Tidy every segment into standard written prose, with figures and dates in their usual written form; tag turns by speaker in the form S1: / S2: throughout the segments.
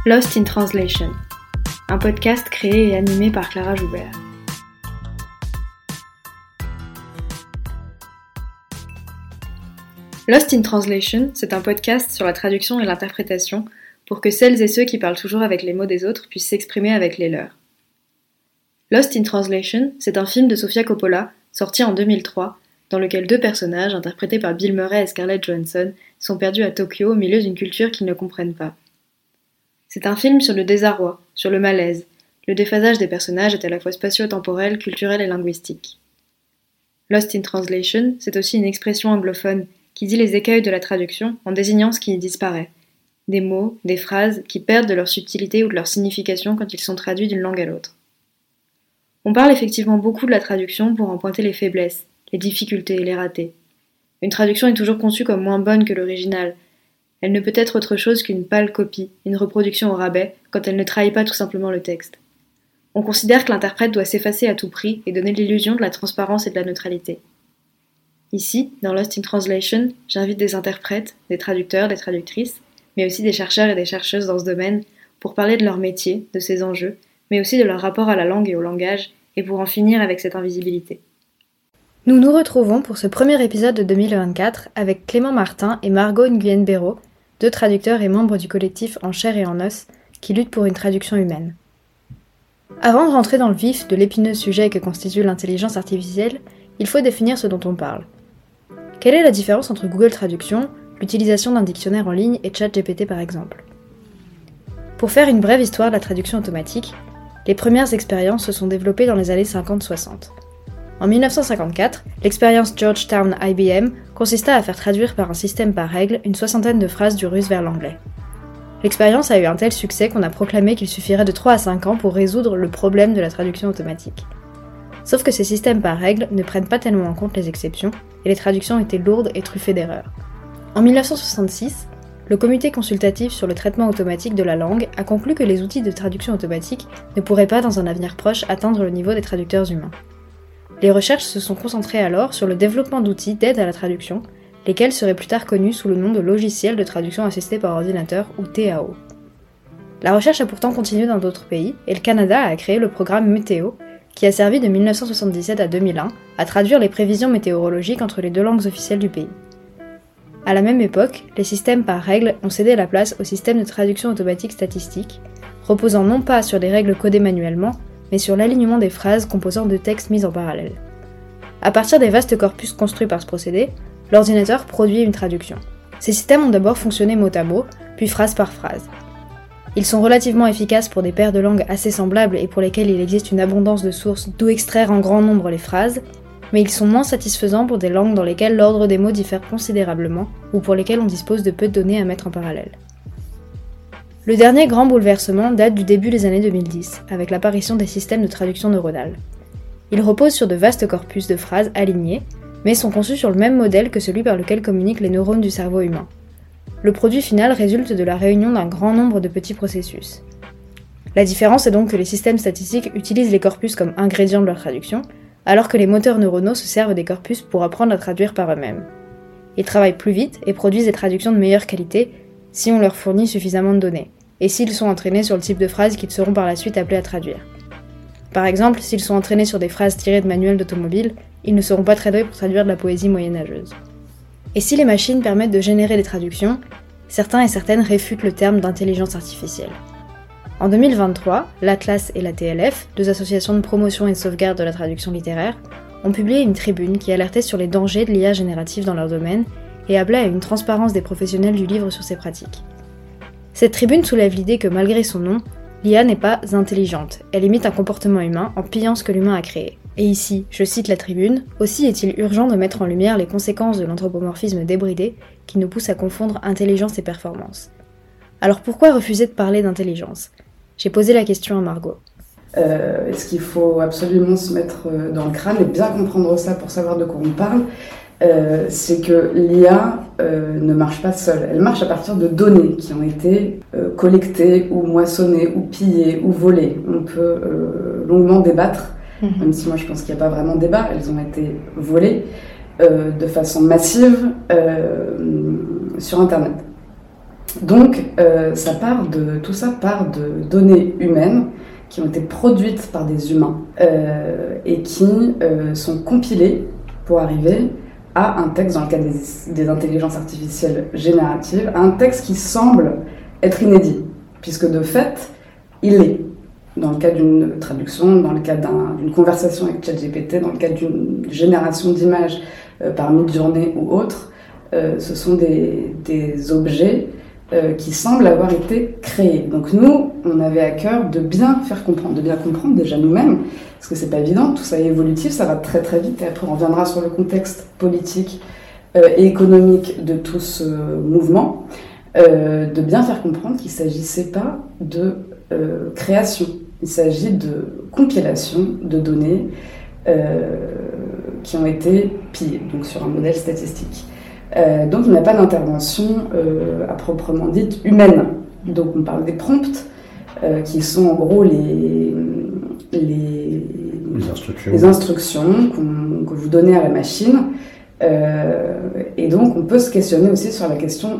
S1: Lost in Translation, un podcast créé et animé par Clara Joubert. Lost in Translation, c'est un podcast sur la traduction et l'interprétation pour que celles et ceux qui parlent toujours avec les mots des autres puissent s'exprimer avec les leurs. Lost in Translation, c'est un film de Sofia Coppola, sorti en 2003, dans lequel deux personnages, interprétés par Bill Murray et Scarlett Johansson, sont perdus à Tokyo au milieu d'une culture qu'ils ne comprennent pas. C'est un film sur le désarroi, sur le malaise. Le déphasage des personnages est à la fois spatio-temporel, culturel et linguistique. Lost in Translation, c'est aussi une expression anglophone qui dit les écueils de la traduction en désignant ce qui y disparaît. Des mots, des phrases qui perdent de leur subtilité ou de leur signification quand ils sont traduits d'une langue à l'autre. On parle effectivement beaucoup de la traduction pour en pointer les faiblesses, les difficultés et les ratés. Une traduction est toujours conçue comme moins bonne que l'original. Elle ne peut être autre chose qu'une pâle copie, une reproduction au rabais, quand elle ne trahit pas tout simplement le texte. On considère que l'interprète doit s'effacer à tout prix et donner l'illusion de la transparence et de la neutralité. Ici, dans Lost in Translation, j'invite des interprètes, des traducteurs, des traductrices, mais aussi des chercheurs et des chercheuses dans ce domaine, pour parler de leur métier, de ses enjeux, mais aussi de leur rapport à la langue et au langage, et pour en finir avec cette invisibilité. Nous nous retrouvons pour ce premier épisode de 2024 avec Clément Martin et Margot Nguyen Béraud, deux traducteurs et membres du collectif En chair et en os, qui luttent pour une traduction humaine. Avant de rentrer dans le vif de l'épineux sujet que constitue l'intelligence artificielle, il faut définir ce dont on parle. Quelle est la différence entre Google Traduction, l'utilisation d'un dictionnaire en ligne et ChatGPT par exemple ? Pour faire une brève histoire de la traduction automatique, les premières expériences se sont développées dans les années 50-60. En 1954, l'expérience Georgetown IBM consista à faire traduire par un système par règle une soixantaine de phrases du russe vers l'anglais. L'expérience a eu un tel succès qu'on a proclamé qu'il suffirait de 3 à 5 ans pour résoudre le problème de la traduction automatique. Sauf que ces systèmes par règle ne prennent pas tellement en compte les exceptions, et les traductions étaient lourdes et truffées d'erreurs. En 1966, le comité consultatif sur le traitement automatique de la langue a conclu que les outils de traduction automatique ne pourraient pas dans un avenir proche atteindre le niveau des traducteurs humains. Les recherches se sont concentrées alors sur le développement d'outils d'aide à la traduction, lesquels seraient plus tard connus sous le nom de logiciels de traduction assistée par ordinateur ou TAO. La recherche a pourtant continué dans d'autres pays, et le Canada a créé le programme Météo, qui a servi de 1977 à 2001 à traduire les prévisions météorologiques entre les deux langues officielles du pays. À la même époque, les systèmes par règles ont cédé la place au système de traduction automatique statistique, reposant non pas sur des règles codées manuellement, mais sur l'alignement des phrases composant deux textes mis en parallèle. À partir des vastes corpus construits par ce procédé, l'ordinateur produit une traduction. Ces systèmes ont d'abord fonctionné mot à mot, puis phrase par phrase. Ils sont relativement efficaces pour des paires de langues assez semblables et pour lesquelles il existe une abondance de sources d'où extraire en grand nombre les phrases, mais ils sont moins satisfaisants pour des langues dans lesquelles l'ordre des mots diffère considérablement ou pour lesquelles on dispose de peu de données à mettre en parallèle. Le dernier grand bouleversement date du début des années 2010, avec l'apparition des systèmes de traduction neuronale. Ils reposent sur de vastes corpus de phrases alignées, mais sont conçus sur le même modèle que celui par lequel communiquent les neurones du cerveau humain. Le produit final résulte de la réunion d'un grand nombre de petits processus. La différence est donc que les systèmes statistiques utilisent les corpus comme ingrédients de leur traduction, alors que les moteurs neuronaux se servent des corpus pour apprendre à traduire par eux-mêmes. Ils travaillent plus vite et produisent des traductions de meilleure qualité si on leur fournit suffisamment de données, et s'ils sont entraînés sur le type de phrases qu'ils seront par la suite appelés à traduire. Par exemple, s'ils sont entraînés sur des phrases tirées de manuels d'automobile, ils ne seront pas très doués pour traduire de la poésie moyenâgeuse. Et si les machines permettent de générer des traductions, certains et certaines réfutent le terme d'intelligence artificielle. En 2023, l'Atlas et la TLF, deux associations de promotion et de sauvegarde de la traduction littéraire, ont publié une tribune qui alertait sur les dangers de l'IA générative dans leur domaine et appelait à une transparence des professionnels du livre sur ces pratiques. Cette tribune soulève l'idée que malgré son nom, l'IA n'est pas intelligente, elle imite un comportement humain en pillant ce que l'humain a créé. Et ici, je cite la tribune, aussi est-il urgent de mettre en lumière les conséquences de l'anthropomorphisme débridé qui nous pousse à confondre intelligence et performance. Alors pourquoi refuser de parler d'intelligence ? J'ai posé la question à Margot.
S2: Est-ce qu'il faut absolument se mettre dans le crâne et bien comprendre ça pour savoir de quoi on parle ? C'est que l'IA ne marche pas seule. Elle marche à partir de données qui ont été collectées ou moissonnées ou pillées ou volées. On peut longuement débattre, même si moi je pense qu'il n'y a pas vraiment de débat. Elles ont été volées de façon massive sur Internet. Donc tout ça part de données humaines qui ont été produites par des humains et qui sont compilées pour arriver à un texte, dans le cas des intelligences artificielles génératives, à un texte qui semble être inédit, puisque de fait, il l'est. Dans le cas d'une traduction, dans le cas d'une conversation avec ChatGPT, dans le cas d'une génération d'images par Midjourney ou autre, ce sont des objets qui semblent avoir été créés. Donc nous, on avait à cœur de bien comprendre déjà nous-mêmes, parce que c'est pas évident, tout ça est évolutif, ça va très très vite, et après on reviendra sur le contexte politique et économique de tout ce mouvement, de bien faire comprendre qu'il ne s'agissait pas de création, il s'agit de compilation de données qui ont été pillées, donc sur un modèle statistique. Donc il n'y a pas d'intervention à proprement dite humaine. Donc on parle des prompts, qui sont en gros les instructions que vous donnez à la machine. Et donc on peut se questionner aussi sur la question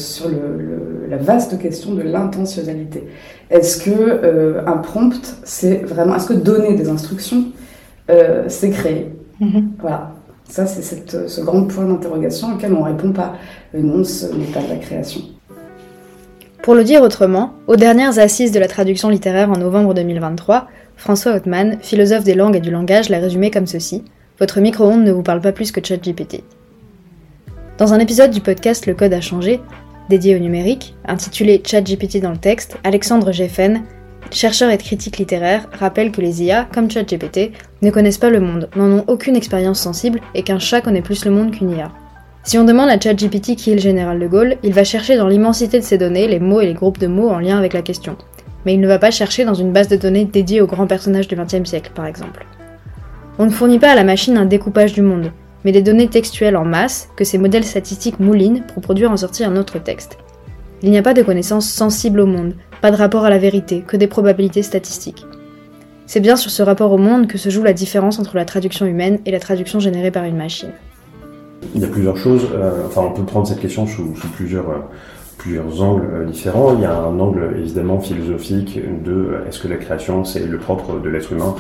S2: la vaste question de l'intentionnalité. Est-ce que un prompt, est-ce que donner des instructions, c'est créer? Voilà. Ça, c'est ce grand point d'interrogation auquel on ne répond pas. Non, ce n'est pas de la création.
S1: Pour le dire autrement, aux dernières assises de la traduction littéraire en novembre 2023, François Hautman, philosophe des langues et du langage, l'a résumé comme ceci: votre micro-ondes ne vous parle pas plus que ChatGPT. Dans un épisode du podcast Le Code a changé, dédié au numérique, intitulé ChatGPT dans le texte, Alexandre Geffen, chercheur et critique littéraire, rappelle que les IA, comme ChatGPT, ne connaissent pas le monde, n'en ont aucune expérience sensible et qu'un chat connaît plus le monde qu'une IA. Si on demande à ChatGPT qui est le général de Gaulle, il va chercher dans l'immensité de ses données les mots et les groupes de mots en lien avec la question. Mais il ne va pas chercher dans une base de données dédiée aux grands personnages du XXe siècle, par exemple. On ne fournit pas à la machine un découpage du monde, mais des données textuelles en masse que ces modèles statistiques moulinent pour produire en sortie un autre texte. Il n'y a pas de connaissances sensibles au monde, pas de rapport à la vérité, que des probabilités statistiques. C'est bien sur ce rapport au monde que se joue la différence entre la traduction humaine et la traduction générée par une machine.
S3: Il y a plusieurs choses, on peut prendre cette question sous plusieurs angles différents. Il y a un angle évidemment philosophique de est-ce que la création c'est le propre de l'être humain,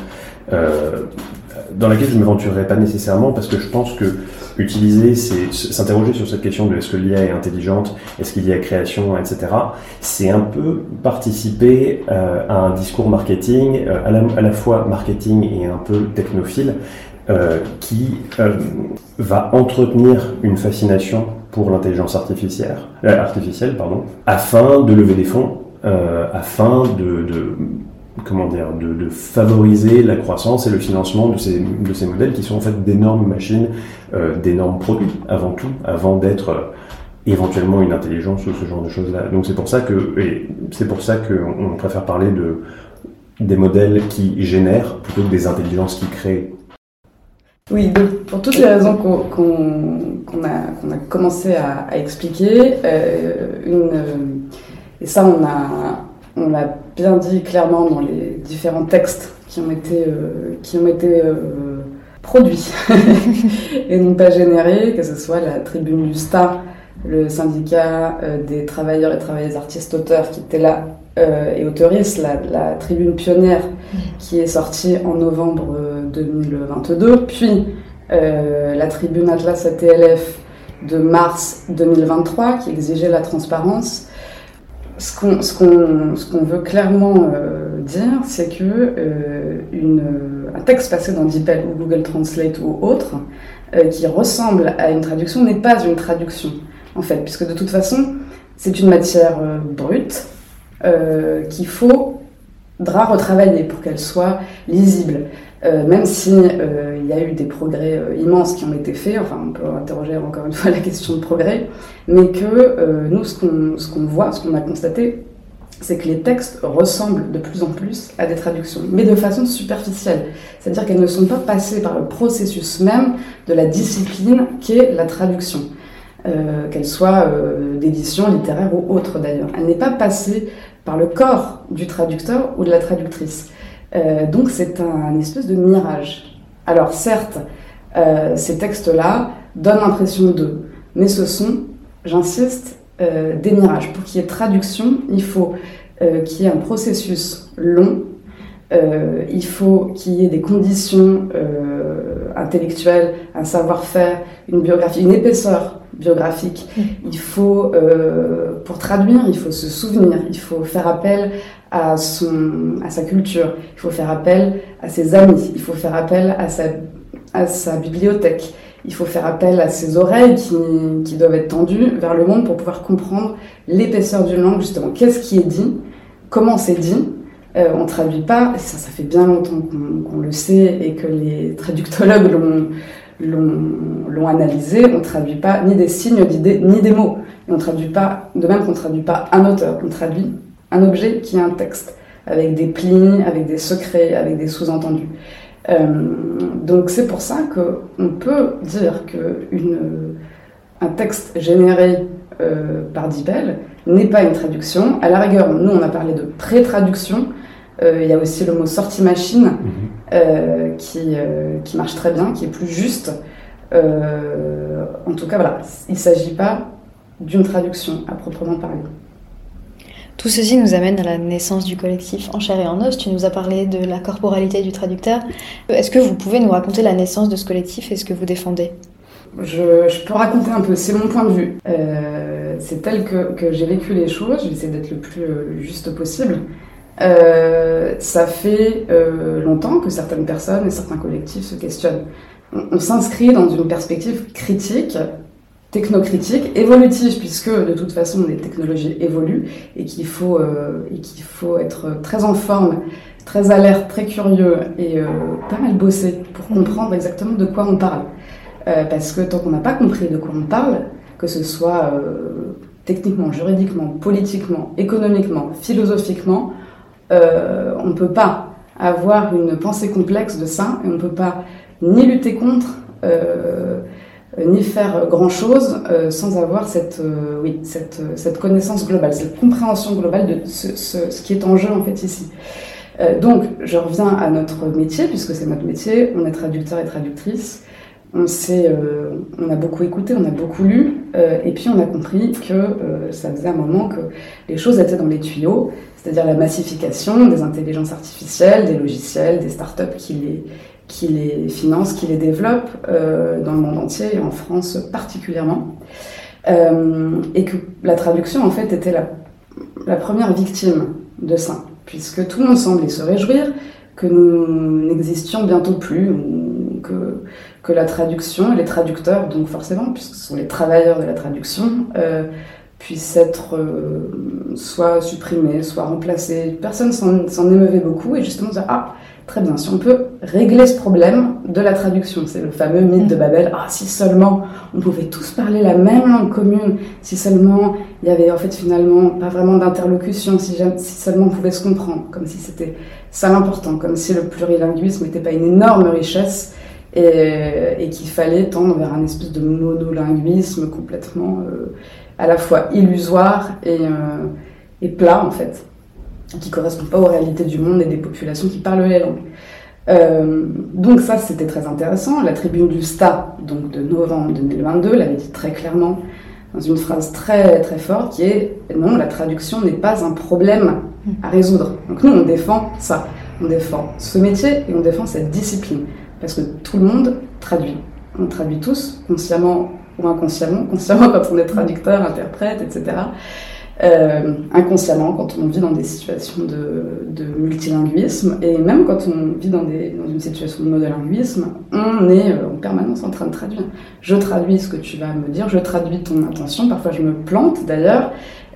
S3: dans laquelle je ne m'aventurerai pas nécessairement, parce que je pense que s'interroger sur cette question de est-ce que l'IA est intelligente, est-ce qu'il y a création, etc., c'est un peu participer à un discours marketing, à la fois marketing et un peu technophile, qui va entretenir une fascination pour l'intelligence artificielle, afin de lever des fonds, afin de favoriser la croissance et le financement de ces modèles qui sont en fait d'énormes machines, d'énormes produits avant tout, avant d'être éventuellement une intelligence ou ce genre de choses-là. Donc c'est pour ça qu'on préfère parler des modèles qui génèrent plutôt que des intelligences qui créent.
S2: Oui, pour toutes les raisons qu'on a commencé à expliquer, et ça on l'a bien dit clairement dans les différents textes qui ont été produits et non pas générés, que ce soit la Tribune du Star, le syndicat des travailleurs et travailleuses artistes-auteurs qui était là et autorise la Tribune Pionnière qui est sortie en novembre 2022, puis la Tribune Atlas ATLF de mars 2023 qui exigeait la transparence. Ce qu'on veut clairement dire, c'est que un texte passé dans DeepL ou Google Translate ou autre, qui ressemble à une traduction, n'est pas une traduction, en fait, puisque de toute façon, c'est une matière brute qu'il faudra retravailler pour qu'elle soit lisible. Même si il y a eu des progrès immenses qui ont été faits, on peut interroger encore une fois la question de progrès, mais que nous, ce qu'on voit, ce qu'on a constaté, c'est que les textes ressemblent de plus en plus à des traductions, mais de façon superficielle. C'est-à-dire qu'elles ne sont pas passées par le processus même de la discipline qu'est la traduction, qu'elle soit d'édition littéraire ou autre d'ailleurs. Elle n'est pas passée par le corps du traducteur ou de la traductrice. Donc c'est un espèce de mirage. Alors certes, ces textes-là donnent l'impression d'eux, mais ce sont, j'insiste, des mirages. Pour qu'il y ait traduction, il faut qu'il y ait un processus long, il faut qu'il y ait des conditions intellectuelles, un savoir-faire, une biographie, une épaisseur biographique. Il faut, pour traduire, il faut se souvenir, il faut faire appel à sa culture, il faut faire appel à ses amis, il faut faire appel à sa bibliothèque, il faut faire appel à ses oreilles qui doivent être tendues vers le monde pour pouvoir comprendre l'épaisseur d'une langue, justement. Qu'est-ce qui est dit? Comment c'est dit? On traduit pas, ça fait bien longtemps qu'on le sait et que les traductologues l'ont analysé, on traduit pas ni des signes ni des mots. Et on traduit pas, de même qu'on traduit pas un auteur, on traduit un objet qui est un texte, avec des plis, avec des secrets, avec des sous-entendus. Donc c'est pour ça qu'on peut dire qu'un texte généré par DeepL n'est pas une traduction. À la rigueur, nous on a parlé de pré-traduction. Il y a aussi le mot sortie machine qui marche très bien, qui est plus juste. En tout cas, voilà, il ne s'agit pas d'une traduction à proprement parler.
S1: Tout ceci nous amène à la naissance du collectif En chair et en os. Tu nous as parlé de la corporalité du traducteur. Est-ce que vous pouvez nous raconter la naissance de ce collectif et ce que vous défendez ?
S2: Je peux raconter un peu, c'est mon point de vue. C'est tel que j'ai vécu les choses, je vais essayer d'être le plus juste possible. Ça fait longtemps que certaines personnes et certains collectifs se questionnent. On s'inscrit dans une perspective critique, technocritique, évolutive, puisque de toute façon les technologies évoluent et qu'il faut être très en forme, très alerte, très curieux et pas mal bosser pour comprendre exactement de quoi on parle. Parce que tant qu'on n'a pas compris de quoi on parle, que ce soit techniquement, juridiquement, politiquement, économiquement, philosophiquement, on ne peut pas avoir une pensée complexe de ça et on ne peut pas ni lutter contre, ni faire grand-chose sans avoir cette connaissance globale, cette compréhension globale de ce qui est en jeu en fait ici. Donc je reviens à notre métier, puisque c'est notre métier, on est traducteur et traductrice. On a beaucoup écouté, on a beaucoup lu, et puis on a compris que ça faisait un moment que les choses étaient dans les tuyaux, c'est-à-dire la massification des intelligences artificielles, des logiciels, des startups qui les financent, qui les développent dans le monde entier et en France particulièrement, et que la traduction en fait était la première victime de ça, puisque tout le monde semblait se réjouir que nous n'existions bientôt plus, ou que la traduction et les traducteurs, donc forcément, puisque ce sont les travailleurs de la traduction, puissent être soit supprimés, soit remplacés. Personne s'en émeuvait beaucoup, et justement dire « Ah, très bien, si on peut régler ce problème de la traduction », c'est le fameux mythe de Babel. « Ah, si seulement on pouvait tous parler la même langue commune, si seulement il y avait en fait finalement pas vraiment d'interlocution, si seulement on pouvait se comprendre, comme si c'était ça l'important, comme si le plurilinguisme n'était pas une énorme richesse, et qu'il fallait tendre vers un espèce de monolinguisme complètement à la fois illusoire et plat en fait, qui ne correspond pas aux réalités du monde et des populations qui parlent les langues. Donc ça c'était très intéressant. La tribune du STA donc de novembre 2022 l'avait dit très clairement dans une phrase très très forte qui est « Non, la traduction n'est pas un problème à résoudre ». Donc nous on défend ça, on défend ce métier et on défend cette discipline. Parce que tout le monde traduit. On traduit tous, consciemment ou inconsciemment. Consciemment quand on est traducteur, interprète, etc. Inconsciemment quand on vit dans des situations de multilinguisme. Et même quand on vit dans une situation de monolinguisme, on est en permanence en train de traduire. Je traduis ce que tu vas me dire, je traduis ton intention. Parfois je me plante d'ailleurs,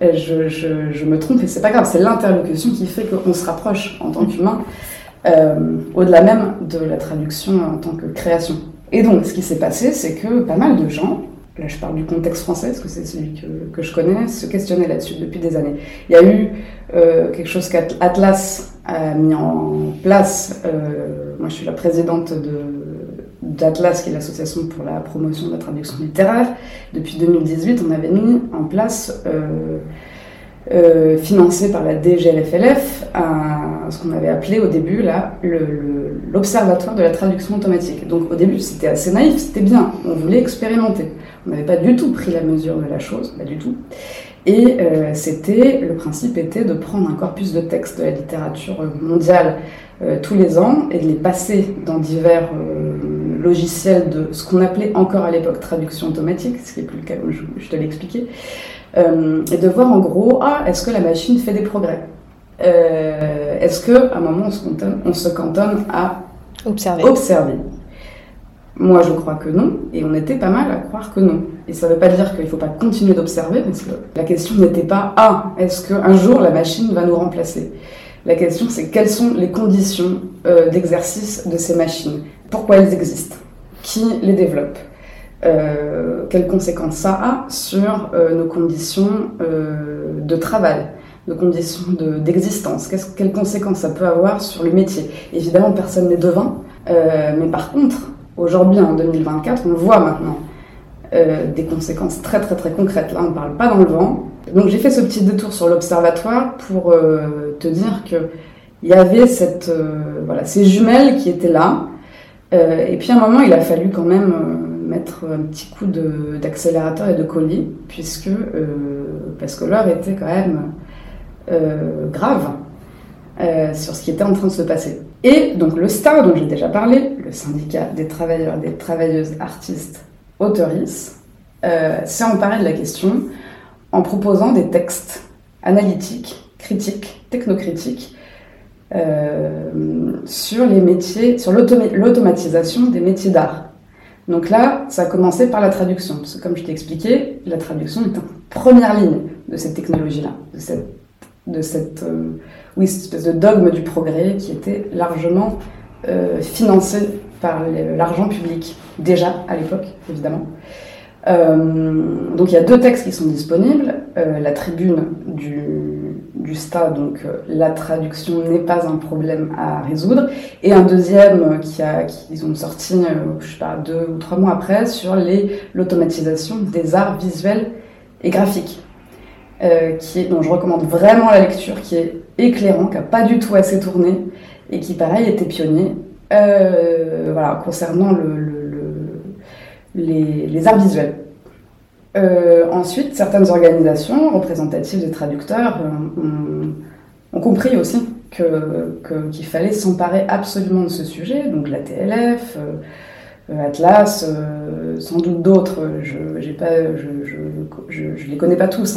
S2: je me trompe et c'est pas grave. C'est l'interlocution qui fait qu'on se rapproche en tant qu'humain. Au-delà même de la traduction en tant que création. Et donc, ce qui s'est passé, c'est que pas mal de gens, là je parle du contexte français, parce que c'est celui que je connais, se questionnaient là-dessus depuis des années. Il y a eu quelque chose qu'Atlas a mis en place. Moi, je suis la présidente d'Atlas, qui est l'association pour la promotion de la traduction littéraire. Depuis 2018, on avait mis en place financé par la DGLFLF, ce qu'on avait appelé au début là, l'Observatoire de la traduction automatique. Donc au début c'était assez naïf, c'était bien, on voulait expérimenter. On n'avait pas du tout pris la mesure de la chose, pas du tout. Et le principe était de prendre un corpus de textes de la littérature mondiale tous les ans et de les passer dans divers logiciels de ce qu'on appelait encore à l'époque traduction automatique, ce qui n'est plus le cas, je te l'ai expliqué, et de voir en gros, est-ce que la machine fait des progrès ? Est-ce qu'à un moment on se cantonne à observer ? Moi je crois que non, et on était pas mal à croire que non. Et ça ne veut pas dire qu'il ne faut pas continuer d'observer, parce que la question n'était pas « est-ce qu'un jour la machine va nous remplacer ?» La question c'est quelles sont les conditions d'exercice de ces machines ? Pourquoi elles existent ? Qui les développe ? Quelles conséquences ça a sur nos conditions de travail, nos conditions d'existence, quelles conséquences ça peut avoir sur le métier. Évidemment, personne n'est devin, mais par contre, aujourd'hui, en 2024, on voit maintenant des conséquences très très très concrètes. Là, on ne parle pas dans le vent. Donc j'ai fait ce petit détour sur l'observatoire pour te dire qu'il y avait ces jumelles qui étaient là. Et puis à un moment, il a fallu quand même mettre un petit coup d'accélérateur et de collier, parce que l'heure était quand même grave sur ce qui était en train de se passer. Et donc le STA, dont j'ai déjà parlé, le syndicat des travailleurs, des travailleuses, artistes, auteurices, s'est emparé de la question en proposant des textes analytiques, critiques, technocritiques, sur les métiers, sur l'automatisation des métiers d'art. Donc là, ça a commencé par la traduction, parce que comme je t'ai expliqué, la traduction est en première ligne de cette technologie-là, de cette espèce de dogme du progrès qui était largement financé par l'argent public, déjà à l'époque, évidemment. Donc il y a 2 textes qui sont disponibles, la tribune du STA, donc la traduction n'est pas un problème à résoudre, et un deuxième qu'ils ont sorti, 2 ou 3 mois après, sur l'automatisation des arts visuels et graphiques, dont je recommande vraiment la lecture, qui est éclairant, qui n'a pas du tout assez tourné, et qui pareil était pionnier concernant les arts visuels. Ensuite, certaines organisations représentatives des traducteurs ont compris aussi qu'il fallait s'emparer absolument de ce sujet, donc la TLF, Atlas, sans doute d'autres, je les connais pas tous.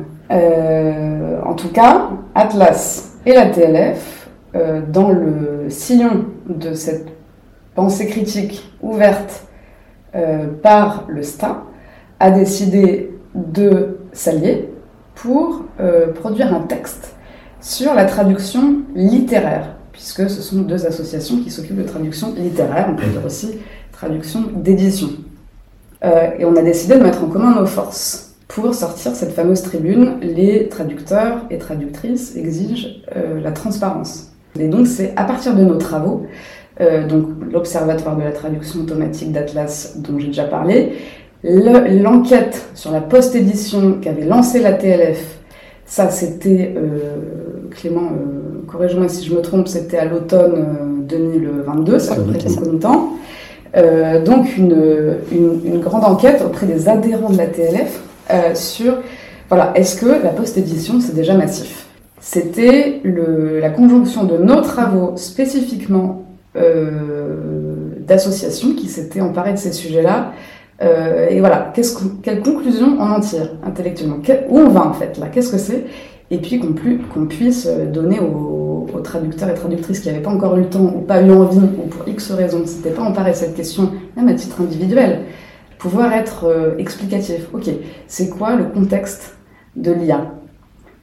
S2: En tout cas, Atlas et la TLF, dans le sillon de cette pensée critique ouverte par le STA, a décidé de s'allier pour produire un texte sur la traduction littéraire, puisque ce sont 2 associations qui s'occupent de traduction littéraire, on peut dire aussi traduction d'édition. Et on a décidé de mettre en commun nos forces pour sortir cette fameuse tribune. Les traducteurs et traductrices exigent la transparence. Et donc c'est à partir de nos travaux, donc l'Observatoire de la traduction automatique d'Atlas dont j'ai déjà parlé, l'enquête sur la post-édition qu'avait lancée la TLF, ça c'était, Clément, corrige-moi si je me trompe, c'était à l'automne 2022, c'est à peu près concomitant. Donc une grande enquête auprès des adhérents de la TLF sur, est-ce que la post-édition c'est déjà massif ? C'était la conjonction de nos travaux spécifiquement d'associations qui s'étaient emparées de ces sujets-là. Et voilà, quelle conclusion on en tire intellectuellement ? Où on va en fait là ? Qu'est-ce que c'est ? Et puis qu'on puisse donner aux traducteurs et traductrices qui n'avaient pas encore eu le temps ou pas eu envie ou pour X raisons, ne s'étaient pas emparés de cette question, même à titre individuel, pouvoir être explicatif. Ok, c'est quoi le contexte de l'IA ? Pourquoi ?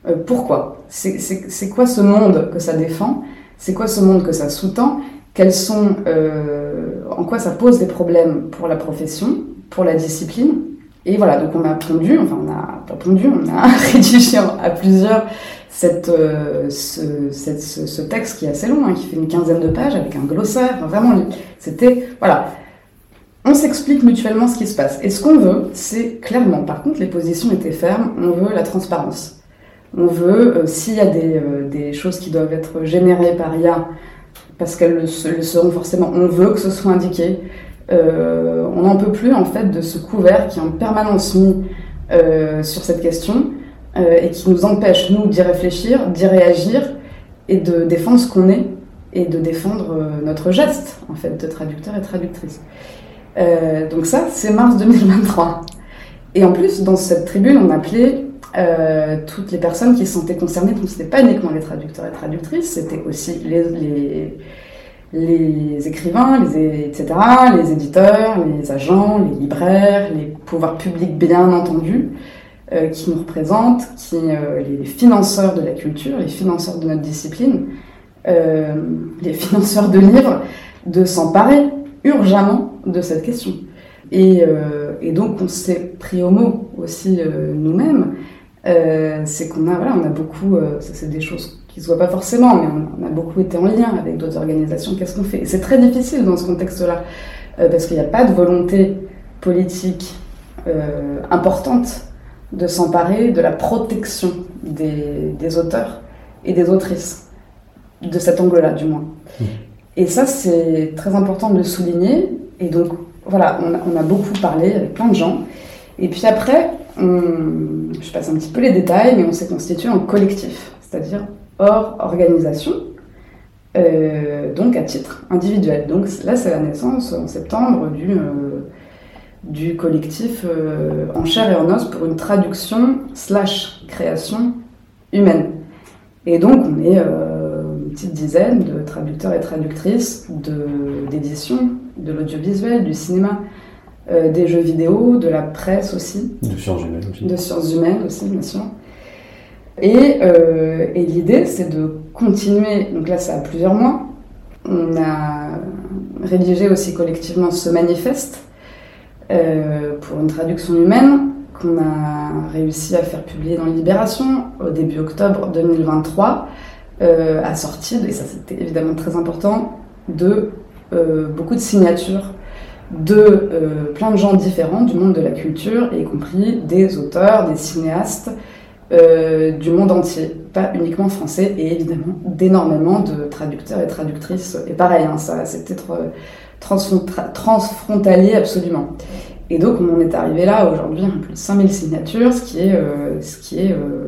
S2: C'est quoi ce monde que ça défend ? C'est quoi ce monde que ça sous-tend ? En quoi ça pose des problèmes pour la profession, pour la discipline ? Et voilà, donc on a rédigé à plusieurs ce texte qui est assez long, qui fait une 15aine de pages avec un glossaire, vraiment, c'était, on s'explique mutuellement ce qui se passe. Et ce qu'on veut, c'est clairement, par contre les positions étaient fermes, on veut la transparence. On veut, s'il y a des choses qui doivent être générées par IA, parce qu'elles le seront forcément, on veut que ce soit indiqué. On n'en peut plus en fait de ce couvert qui est en permanence mis sur cette question et qui nous empêche, nous, d'y réfléchir, d'y réagir et de défendre ce qu'on est et de défendre notre geste en fait de traducteur et traductrice. Donc ça, c'est mars 2023. Et en plus, dans cette tribune, on appelait toutes les personnes qui se sentaient concernées, donc ce n'était pas uniquement les traducteurs et traductrices, c'était aussi les écrivains, etc., les éditeurs, les agents, les libraires, les pouvoirs publics bien entendus, qui nous représentent, les financeurs de la culture, les financeurs de notre discipline, les financeurs de livres, de s'emparer urgemment de cette question. Et donc on s'est pris au mot aussi nous-mêmes, c'est qu'on a beaucoup, ça c'est des choses qui se voient pas forcément, mais on a beaucoup été en lien avec d'autres organisations. Qu'est-ce qu'on fait ? Et c'est très difficile dans ce contexte-là, parce qu'il n'y a pas de volonté politique importante de s'emparer de la protection des auteurs et des autrices, de cet angle-là du moins. Et ça, c'est très important de le souligner. Et donc, voilà, on a beaucoup parlé avec plein de gens. Et puis après, je passe un petit peu les détails, mais on s'est constitué en collectif, c'est-à-dire hors organisation, donc à titre individuel. Donc là, c'est la naissance en septembre du collectif En chair et en os pour une traduction / création humaine. Et donc, on est une petite dizaine de traducteurs et traductrices d'édition, de l'audiovisuel, du cinéma, des jeux vidéo, de la presse aussi.
S3: De sciences humaines aussi.
S2: De sciences humaines aussi, bien sûr. Et l'idée, c'est de continuer, donc là, ça a plusieurs mois. On a rédigé aussi collectivement ce manifeste pour une traduction humaine qu'on a réussi à faire publier dans Libération au début octobre 2023, assorti, et ça c'était évidemment très important, de beaucoup de signatures de plein de gens différents du monde de la culture, y compris des auteurs, des cinéastes du monde entier, pas uniquement français, et évidemment d'énormément de traducteurs et traductrices. Et pareil, hein, ça c'était transfrontalier absolument. Et donc on en est arrivé là aujourd'hui à plus de 5000 signatures, ce qui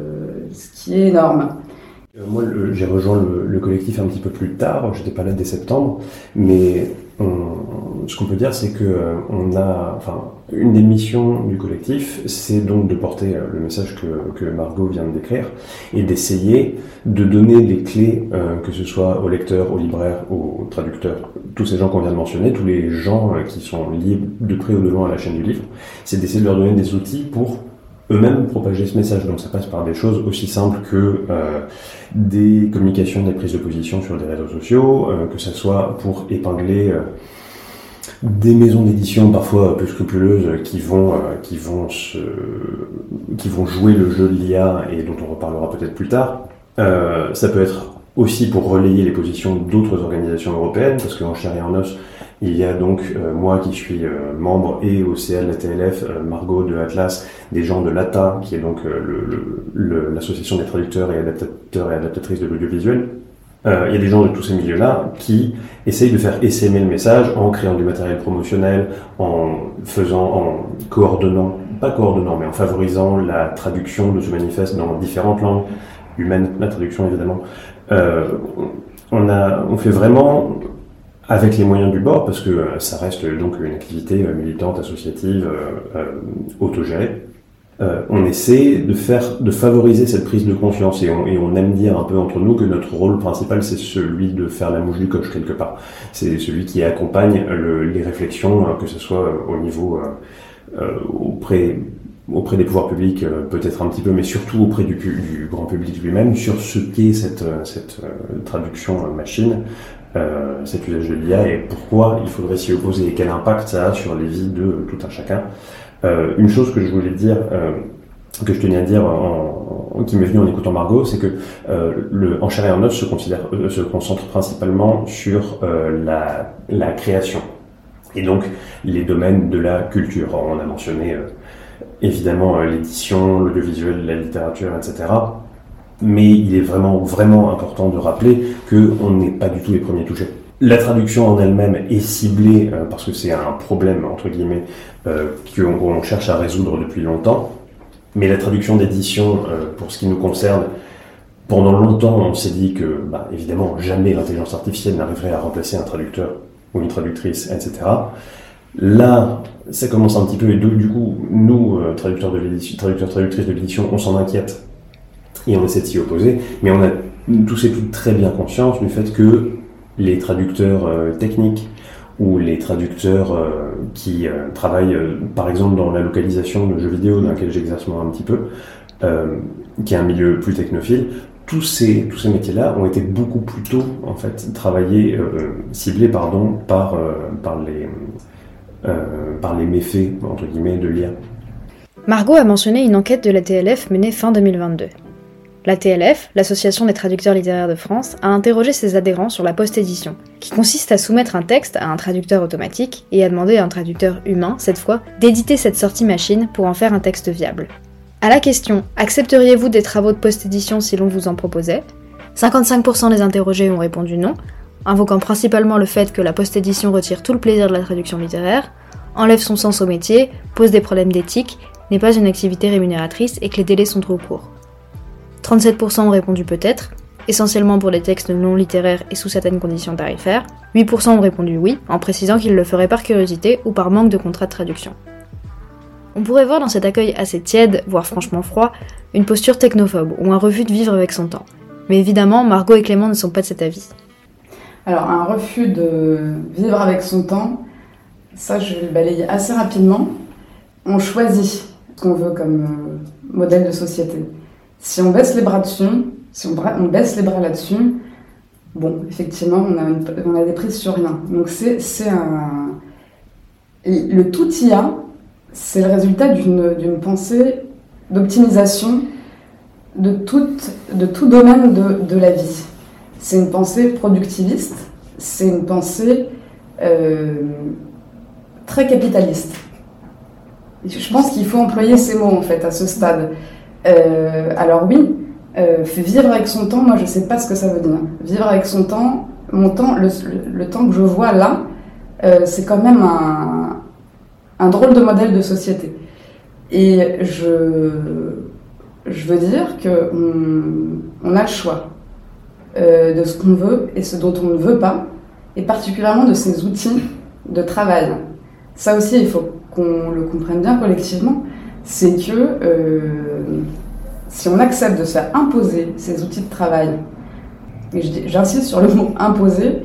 S2: est énorme.
S3: Moi, j'ai rejoint le collectif un petit peu plus tard, j'étais pas là dès septembre, mais ce qu'on peut dire, c'est que une des missions du collectif, c'est donc de porter le message que Margot vient de décrire et d'essayer de donner des clés, que ce soit aux lecteurs, aux libraires, aux traducteurs, tous ces gens qu'on vient de mentionner, tous les gens qui sont liés de près ou de loin à la chaîne du livre, c'est d'essayer de leur donner des outils pour eux-mêmes propager ce message. Donc ça passe par des choses aussi simples que des communications, des prises de position sur des réseaux sociaux, que ça soit pour épingler des maisons d'édition parfois peu scrupuleuses qui vont jouer le jeu de l'IA et dont on reparlera peut-être plus tard. Ça peut être aussi pour relayer les positions d'autres organisations européennes, parce qu'en chair et en os, il y a donc moi qui suis membre et au CA de la TLF, Margot de Atlas, des gens de l'ATA, qui est donc l'association des traducteurs et adaptateurs et adaptatrices de l'audiovisuel. Il y a des gens de tous ces milieux-là qui essayent de faire essaimer le message en créant du matériel promotionnel, en favorisant la traduction de ce manifeste dans différentes langues, humaines, la traduction évidemment. On fait vraiment avec les moyens du bord, parce que ça reste donc une activité militante, associative, autogérée. On essaie de favoriser cette prise de conscience et on aime dire un peu entre nous que notre rôle principal, c'est celui de faire la mouche du coche quelque part. C'est celui qui accompagne les réflexions, que ce soit au niveau auprès des pouvoirs publics, peut-être un petit peu, mais surtout auprès du grand public lui-même, sur ce qu'est cette traduction machine, cet usage de l'IA et pourquoi il faudrait s'y opposer et quel impact ça a sur les vies de tout un chacun. Une chose que je voulais dire, que je tenais à dire, qui m'est venue en écoutant Margot, c'est que En chair et en os se concentre principalement sur la création et donc les domaines de la culture. On a mentionné évidemment l'édition, l'audiovisuel, la littérature, etc. mais il est vraiment important de rappeler qu'on n'est pas du tout les premiers touchés. La traduction en elle-même est ciblée parce que c'est un problème, entre guillemets, qu'on cherche à résoudre depuis longtemps. Mais la traduction d'édition, pour ce qui nous concerne, pendant longtemps, on s'est dit que, évidemment, jamais l'intelligence artificielle n'arriverait à remplacer un traducteur ou une traductrice, etc. Là, ça commence un petit peu, et du coup, nous, traductrices de l'édition, on s'en inquiète et on essaie de s'y opposer, mais on a tous et toutes très bien conscience du fait que les traducteurs techniques ou les traducteurs qui travaillent par exemple dans la localisation de jeux vidéo dans lequel j'exerce moi un petit peu, qui est un milieu plus technophile, tous ces métiers-là ont été beaucoup plus tôt en fait ciblés par les méfaits entre guillemets de l'IA.
S1: Margot a mentionné une enquête de la TLF menée fin 2022. La TLF, l'Association des traducteurs littéraires de France, a interrogé ses adhérents sur la post-édition, qui consiste à soumettre un texte à un traducteur automatique et à demander à un traducteur humain, cette fois, d'éditer cette sortie machine pour en faire un texte viable. À la question « Accepteriez-vous des travaux de post-édition si l'on vous en proposait ?», 55% des interrogés ont répondu non, invoquant principalement le fait que la post-édition retire tout le plaisir de la traduction littéraire, enlève son sens au métier, pose des problèmes d'éthique, n'est pas une activité rémunératrice et que les délais sont trop courts. 37% ont répondu peut-être, essentiellement pour des textes non littéraires et sous certaines conditions tarifaires. 8% ont répondu oui, en précisant qu'ils le feraient par curiosité ou par manque de contrat de traduction. On pourrait voir dans cet accueil assez tiède, voire franchement froid, une posture technophobe ou un refus de vivre avec son temps. Mais évidemment, Margot et Clément ne sont pas de cet avis.
S2: Alors, un refus de vivre avec son temps, ça je vais le balayer assez rapidement. On choisit ce qu'on veut comme modèle de société. Si on baisse les bras dessus, on baisse les bras là-dessus, bon, effectivement, on a des prises sur rien. Donc le tout IA, c'est le résultat d'une pensée d'optimisation de tout domaine de la vie. C'est une pensée productiviste, c'est une pensée très capitaliste. Je pense qu'il faut employer ces mots, en fait, à ce stade. Alors oui, vivre avec son temps, moi je sais pas ce que ça veut dire. Vivre avec son temps, mon temps, le temps que je vois là, c'est quand même un drôle de modèle de société. Et je veux dire qu'on a le choix de ce qu'on veut et ce dont on ne veut pas, et particulièrement de ces outils de travail. Ça aussi, il faut qu'on le comprenne bien collectivement. C'est que si on accepte de se faire imposer ces outils de travail, et j'insiste sur le mot imposer,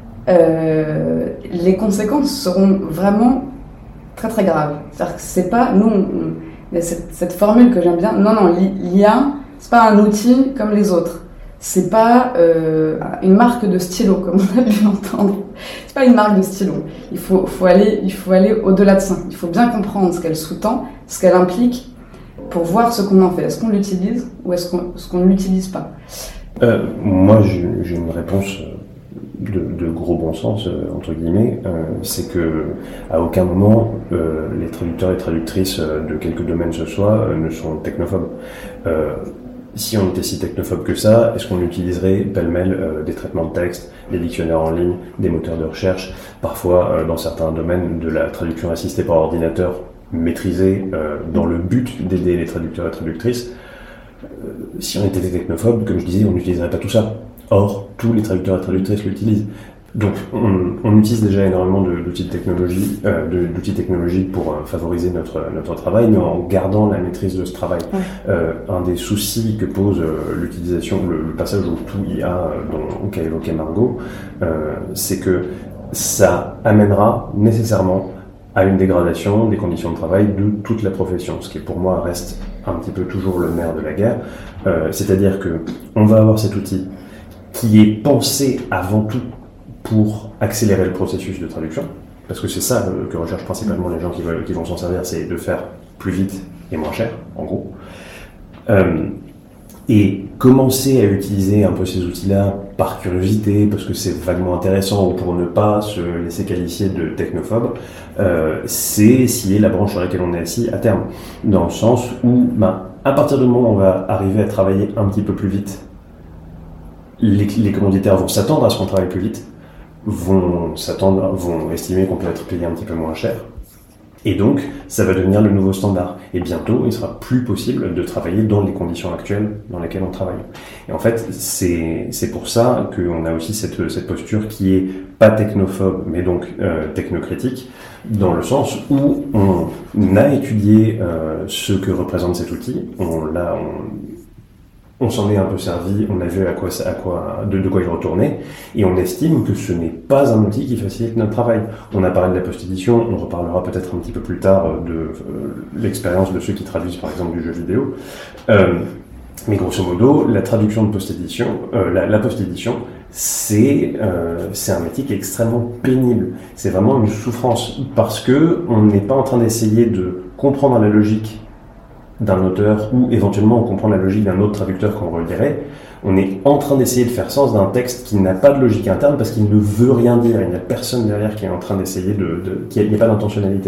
S2: les conséquences seront vraiment très très graves. C'est-à-dire que c'est pas, il y a cette formule que j'aime bien, non, l'IA, c'est pas un outil comme les autres. C'est pas une marque de stylo, comme on a pu l'entendre. C'est pas une marque de stylo. Il faut aller au-delà de ça. Il faut bien comprendre ce qu'elle sous-tend, ce qu'elle implique, pour voir ce qu'on en fait. Est-ce qu'on l'utilise ou est-ce qu'on ne l'utilise pas ?
S3: Moi, j'ai une réponse de gros bon sens, entre guillemets. C'est que à aucun moment, les traducteurs et traductrices de quelque domaine ce soit ne sont technophobes. Si on était si technophobe que ça, est-ce qu'on utiliserait pêle-mêle des traitements de texte, des dictionnaires en ligne, des moteurs de recherche, parfois dans certains domaines de la traduction assistée par ordinateur maîtrisée dans le but d'aider les traducteurs et traductrices? Si on était technophobe, comme je disais, on n'utiliserait pas tout ça. Or, tous les traducteurs et traductrices l'utilisent. Donc, on utilise déjà énormément d'outils technologiques pour favoriser notre travail, mais en gardant la maîtrise de ce travail. Ouais. Un des soucis que pose l'utilisation, le passage au tout IA qu'a évoqué Margot, c'est que ça amènera nécessairement à une dégradation des conditions de travail de toute la profession, ce qui pour moi reste un petit peu toujours le nerf de la guerre. C'est-à-dire que on va avoir cet outil qui est pensé avant tout pour accélérer le processus de traduction, parce que c'est ça que recherchent principalement les gens qui vont s'en servir, c'est de faire plus vite et moins cher, en gros. Et commencer à utiliser un peu ces outils-là par curiosité, parce que c'est vaguement intéressant, ou pour ne pas se laisser qualifier de technophobe, c'est scier la branche sur laquelle on est assis à terme, dans le sens où À partir du moment où on va arriver à travailler un petit peu plus vite, les commanditaires vont s'attendre à ce qu'on travaille plus vite, vont estimer qu'on peut être payé un petit peu moins cher. Et donc, ça va devenir le nouveau standard. Et bientôt, il sera plus possible de travailler dans les conditions actuelles dans lesquelles on travaille. Et en fait, c'est pour ça qu'on a aussi cette posture qui est pas technophobe, mais donc technocritique, dans le sens où on a étudié ce que représente cet outil, on s'en est un peu servi, on a vu de quoi il retournait, et on estime que ce n'est pas un outil qui facilite notre travail. On a parlé de la post-édition, on reparlera peut-être un petit peu plus tard de l'expérience de ceux qui traduisent par exemple du jeu vidéo. Mais grosso modo, la traduction de post-édition, la post-édition, c'est un métier qui est extrêmement pénible. C'est vraiment une souffrance, parce que on n'est pas en train d'essayer de comprendre la logique d'un auteur, ou éventuellement on comprend la logique d'un autre traducteur qu'on relirait. On est en train d'essayer de faire sens d'un texte qui n'a pas de logique interne parce qu'il ne veut rien dire. Il n'y a personne derrière qui est en train d'essayer il n'y a pas d'intentionnalité.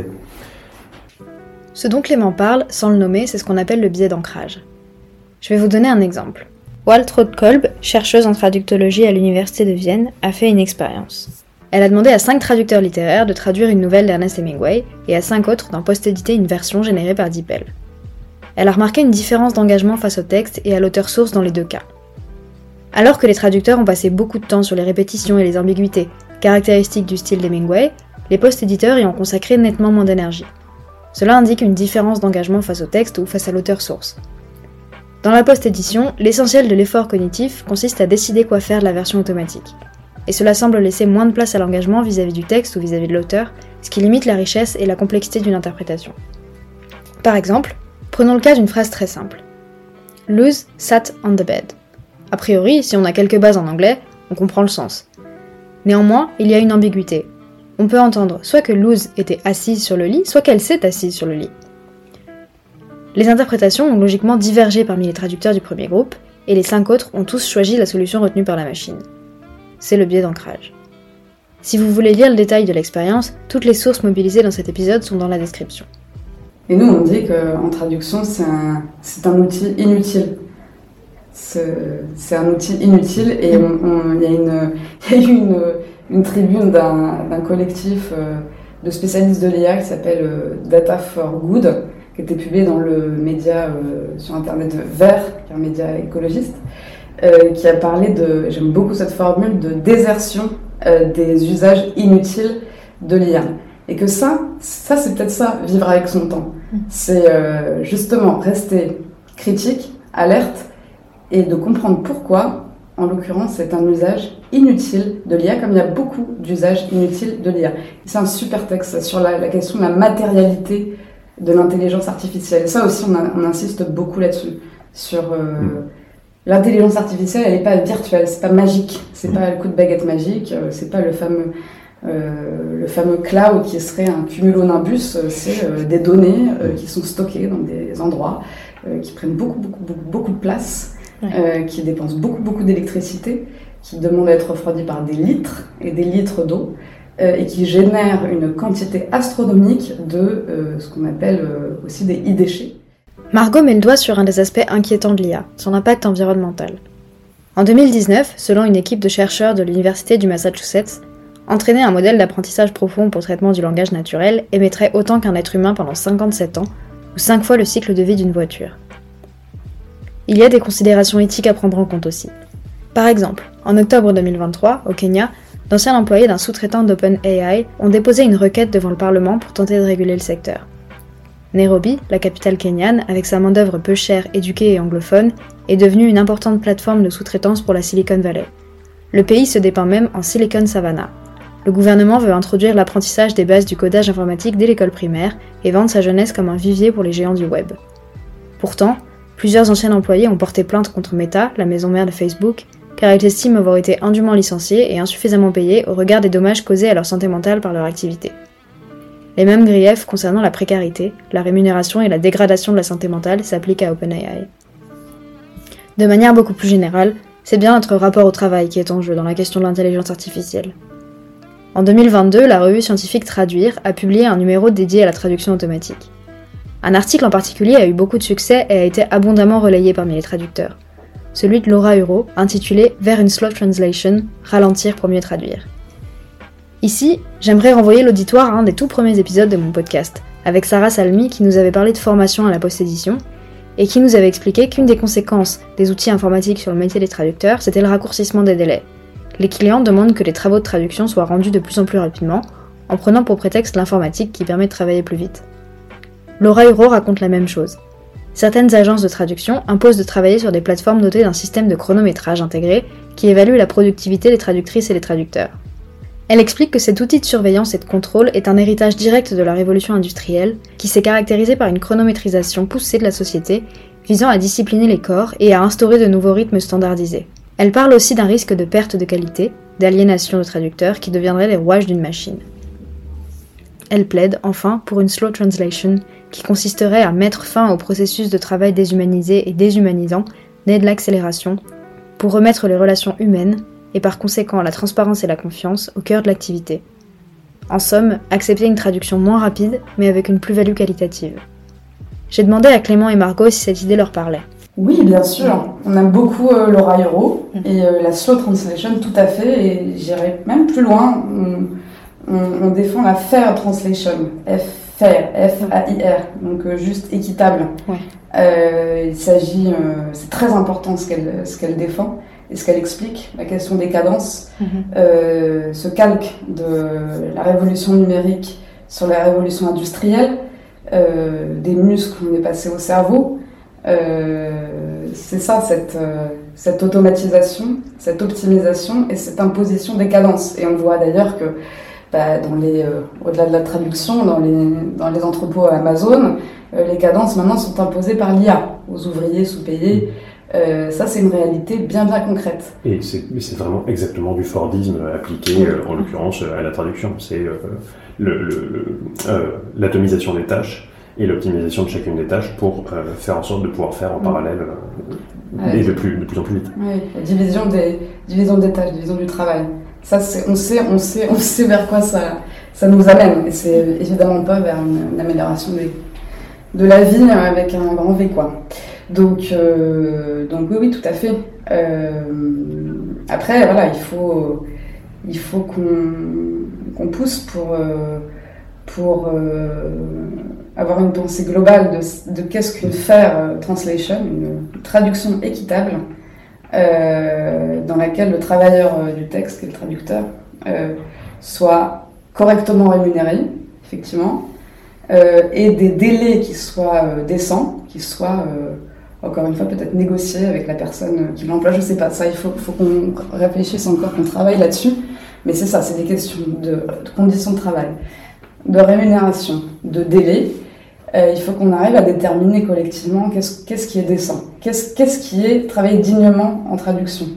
S1: Ce dont Clément parle, sans le nommer, c'est ce qu'on appelle le biais d'ancrage. Je vais vous donner un exemple. Waltraud Kolb, chercheuse en traductologie à l'université de Vienne, a fait une expérience. Elle a demandé à 5 traducteurs littéraires de traduire une nouvelle d'Ernest Hemingway et à 5 autres d'en post-éditer une version générée par DeepL. Elle a remarqué une différence d'engagement face au texte et à l'auteur source dans les deux cas. Alors que les traducteurs ont passé beaucoup de temps sur les répétitions et les ambiguïtés, caractéristiques du style d'Hemingway, les post-éditeurs y ont consacré nettement moins d'énergie. Cela indique une différence d'engagement face au texte ou face à l'auteur source. Dans la post-édition, l'essentiel de l'effort cognitif consiste à décider quoi faire de la version automatique. Et cela semble laisser moins de place à l'engagement vis-à-vis du texte ou vis-à-vis de l'auteur, ce qui limite la richesse et la complexité d'une interprétation. Par exemple, prenons le cas d'une phrase très simple. Luz sat on the bed. A priori, si on a quelques bases en anglais, on comprend le sens. Néanmoins, il y a une ambiguïté. On peut entendre soit que Luz était assise sur le lit, soit qu'elle s'est assise sur le lit. Les interprétations ont logiquement divergé parmi les traducteurs du premier groupe, et les 5 autres ont tous choisi la solution retenue par la machine. C'est le biais d'ancrage. Si vous voulez lire le détail de l'expérience, toutes les sources mobilisées dans cet épisode sont dans la description.
S2: Et nous, on dit qu'en traduction, c'est un outil inutile. C'est un outil inutile, et il y a eu une tribune d'un collectif de spécialistes de l'IA qui s'appelle Data for Good, qui était publié dans le média sur internet Vert, qui est un média écologiste, qui a parlé j'aime beaucoup cette formule, de désertion des usages inutiles de l'IA. Et que ça c'est peut-être ça, vivre avec son temps. C'est justement rester critique, alerte, et de comprendre pourquoi, en l'occurrence, c'est un usage inutile de l'IA, comme il y a beaucoup d'usages inutiles de l'IA. C'est un super texte sur la question de la matérialité de l'intelligence artificielle. Et ça aussi, on insiste beaucoup là-dessus. Sur l'intelligence artificielle, elle n'est pas virtuelle, c'est pas magique, c'est pas le coup de baguette magique, c'est pas le fameux cloud qui serait un cumulonimbus, c'est des données qui sont stockées dans des endroits qui prennent beaucoup de place, qui dépensent beaucoup d'électricité, qui demandent à être refroidis par des litres et des litres d'eau, et qui génèrent une quantité astronomique de ce qu'on appelle aussi des e-déchets.
S1: Margot met le doigt sur un des aspects inquiétants de l'IA, son impact environnemental. En 2019, selon une équipe de chercheurs de l'université du Massachusetts, entraîner un modèle d'apprentissage profond pour traitement du langage naturel émettrait autant qu'un être humain pendant 57 ans, ou 5 fois le cycle de vie d'une voiture. Il y a des considérations éthiques à prendre en compte aussi. Par exemple, en octobre 2023, au Kenya, d'anciens employés d'un sous-traitant d'OpenAI ont déposé une requête devant le Parlement pour tenter de réguler le secteur. Nairobi, la capitale kenyane, avec sa main-d'œuvre peu chère, éduquée et anglophone, est devenue une importante plateforme de sous-traitance pour la Silicon Valley. Le pays se dépeint même en Silicon Savannah. Le gouvernement veut introduire l'apprentissage des bases du codage informatique dès l'école primaire et vendre sa jeunesse comme un vivier pour les géants du web. Pourtant, plusieurs anciens employés ont porté plainte contre Meta, la maison mère de Facebook, car ils estiment avoir été indûment licenciés et insuffisamment payés au regard des dommages causés à leur santé mentale par leur activité. Les mêmes griefs concernant la précarité, la rémunération et la dégradation de la santé mentale s'appliquent à OpenAI. De manière beaucoup plus générale, c'est bien notre rapport au travail qui est en jeu dans la question de l'intelligence artificielle. En 2022, la revue scientifique Traduire a publié un numéro dédié à la traduction automatique. Un article en particulier a eu beaucoup de succès et a été abondamment relayé parmi les traducteurs. Celui de Laura Huro, intitulé « Vers une slow translation, ralentir pour mieux traduire ». Ici, j'aimerais renvoyer l'auditoire à un des tout premiers épisodes de mon podcast, avec Sarah Salmi qui nous avait parlé de formation à la post-édition, et qui nous avait expliqué qu'une des conséquences des outils informatiques sur le métier des traducteurs, c'était le raccourcissement des délais. Les clients demandent que les travaux de traduction soient rendus de plus en plus rapidement, en prenant pour prétexte l'informatique qui permet de travailler plus vite. Laura Huro raconte la même chose. Certaines agences de traduction imposent de travailler sur des plateformes dotées d'un système de chronométrage intégré qui évalue la productivité des traductrices et des traducteurs. Elle explique que cet outil de surveillance et de contrôle est un héritage direct de la révolution industrielle, qui s'est caractérisée par une chronométrisation poussée de la société, visant à discipliner les corps et à instaurer de nouveaux rythmes standardisés. Elle parle aussi d'un risque de perte de qualité, d'aliénation de traducteurs qui deviendraient les rouages d'une machine. Elle plaide, enfin, pour une slow translation, qui consisterait à mettre fin au processus de travail déshumanisé et déshumanisant, né de l'accélération, pour remettre les relations humaines, et par conséquent la transparence et la confiance au cœur de l'activité. En somme, accepter une traduction moins rapide, mais avec une plus-value qualitative. J'ai demandé à Clément et Margot si cette idée leur parlait.
S2: Oui, bien sûr. On aime beaucoup Laura Huro et la slow translation, tout à fait. Et j'irai même plus loin. On défend la fair translation. Fair, F-A-I-R. Donc juste équitable. Ouais. Il s'agit, c'est très important ce qu'elle défend. Et ce qu'elle explique, la question des cadences, ce calque de la révolution numérique sur la révolution industrielle, des muscles qu'on est passé au cerveau, c'est ça, cette automatisation, cette optimisation et cette imposition des cadences. Et on voit d'ailleurs que au-delà de la traduction, dans les entrepôts Amazon, les cadences maintenant sont imposées par l'IA aux ouvriers sous-payés. Ça, c'est une réalité bien concrète.
S3: Et c'est vraiment exactement du Fordisme appliqué, en l'occurrence, à la traduction. C'est l'atomisation des tâches et l'optimisation de chacune des tâches pour faire en sorte de pouvoir faire en parallèle et de plus en plus vite.
S2: Oui, la division des tâches, division du travail. Ça, on sait vers quoi ça nous amène. Et c'est évidemment pas vers une amélioration de la vie avec un grand V, quoi. Donc oui, tout à fait. Après, voilà, il faut qu'on pousse pour avoir une pensée globale de qu'est-ce qu'une fair translation, une traduction équitable, dans laquelle le travailleur du texte, qui est le traducteur, soit correctement rémunéré, effectivement, et des délais qui soient décents, qui soient encore une fois peut-être négociés avec la personne qui l'emploie, je sais pas, ça il faut qu'on réfléchisse encore, qu'on travaille là-dessus, mais c'est ça, c'est des questions de conditions de travail, de rémunération, de délai. Il faut qu'on arrive à déterminer collectivement qu'est-ce qui est décent, qu'est-ce qui est travailler dignement en traduction.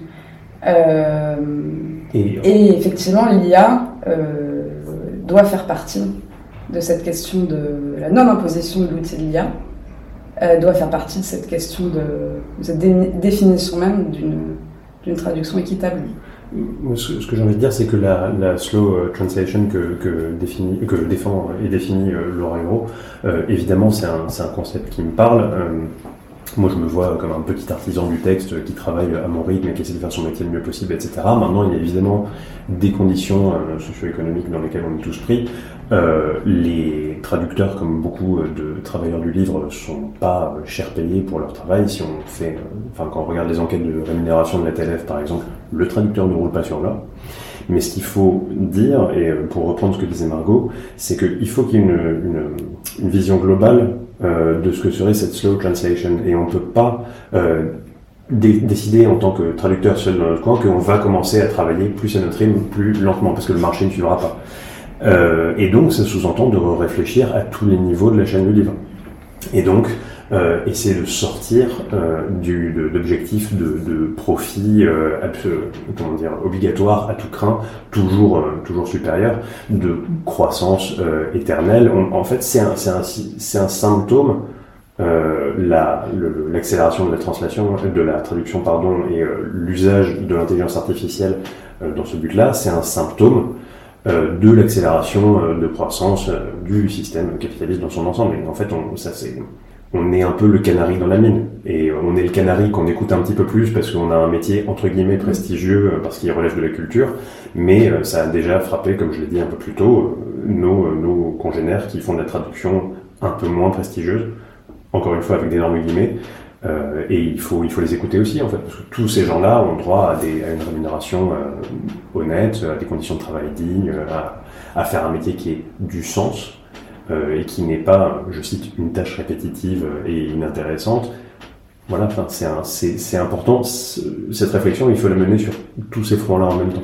S2: Et effectivement, l'IA doit faire partie de cette question de la non-imposition de l'outil de l'IA, doit faire partie de cette question de cette définition même d'une traduction équitable.
S3: Ce que j'ai envie de dire, c'est que la slow translation que défend et définit Laura Huro, évidemment, c'est un concept qui me parle. Moi, je me vois comme un petit artisan du texte qui travaille à mon rythme et qui essaie de faire son métier le mieux possible, etc. Maintenant, il y a évidemment des conditions socio-économiques dans lesquelles on est tous pris. Les traducteurs, comme beaucoup de travailleurs du livre, sont pas cher payés pour leur travail. Si on fait, quand on regarde les enquêtes de rémunération de la TLF, par exemple, le traducteur ne roule pas sur l'or. Mais ce qu'il faut dire, et pour reprendre ce que disait Margot, c'est qu'il faut qu'il y ait une vision globale de ce que serait cette slow translation. Et on ne peut pas décider en tant que traducteur seul dans notre coin qu'on va commencer à travailler plus à notre rythme, plus lentement, parce que le marché ne suivra pas. Et donc, ça sous-entend de réfléchir à tous les niveaux de la chaîne du livre. Et donc, essayer de sortir d'objectifs de profit obligatoire à tout crin, toujours supérieur, de croissance éternelle. En fait, c'est un symptôme. L'accélération de la traduction, et l'usage de l'intelligence artificielle dans ce but-là, c'est un symptôme de l'accélération de croissance du système capitaliste dans son ensemble. Et en fait, on est un peu le canari dans la mine. Et on est le canari qu'on écoute un petit peu plus parce qu'on a un métier entre guillemets prestigieux parce qu'il relève de la culture. Mais ça a déjà frappé, comme je l'ai dit un peu plus tôt, nos congénères qui font de la traduction un peu moins prestigieuse. Encore une fois, avec d'énormes guillemets. Et il faut les écouter aussi, en fait, parce que tous ces gens-là ont droit à une rémunération honnête, à des conditions de travail dignes, à faire un métier qui ait du sens et qui n'est pas, je cite, une tâche répétitive et inintéressante. Voilà, enfin, c'est important. Cette réflexion, il faut la mener sur tous ces fronts-là en même temps.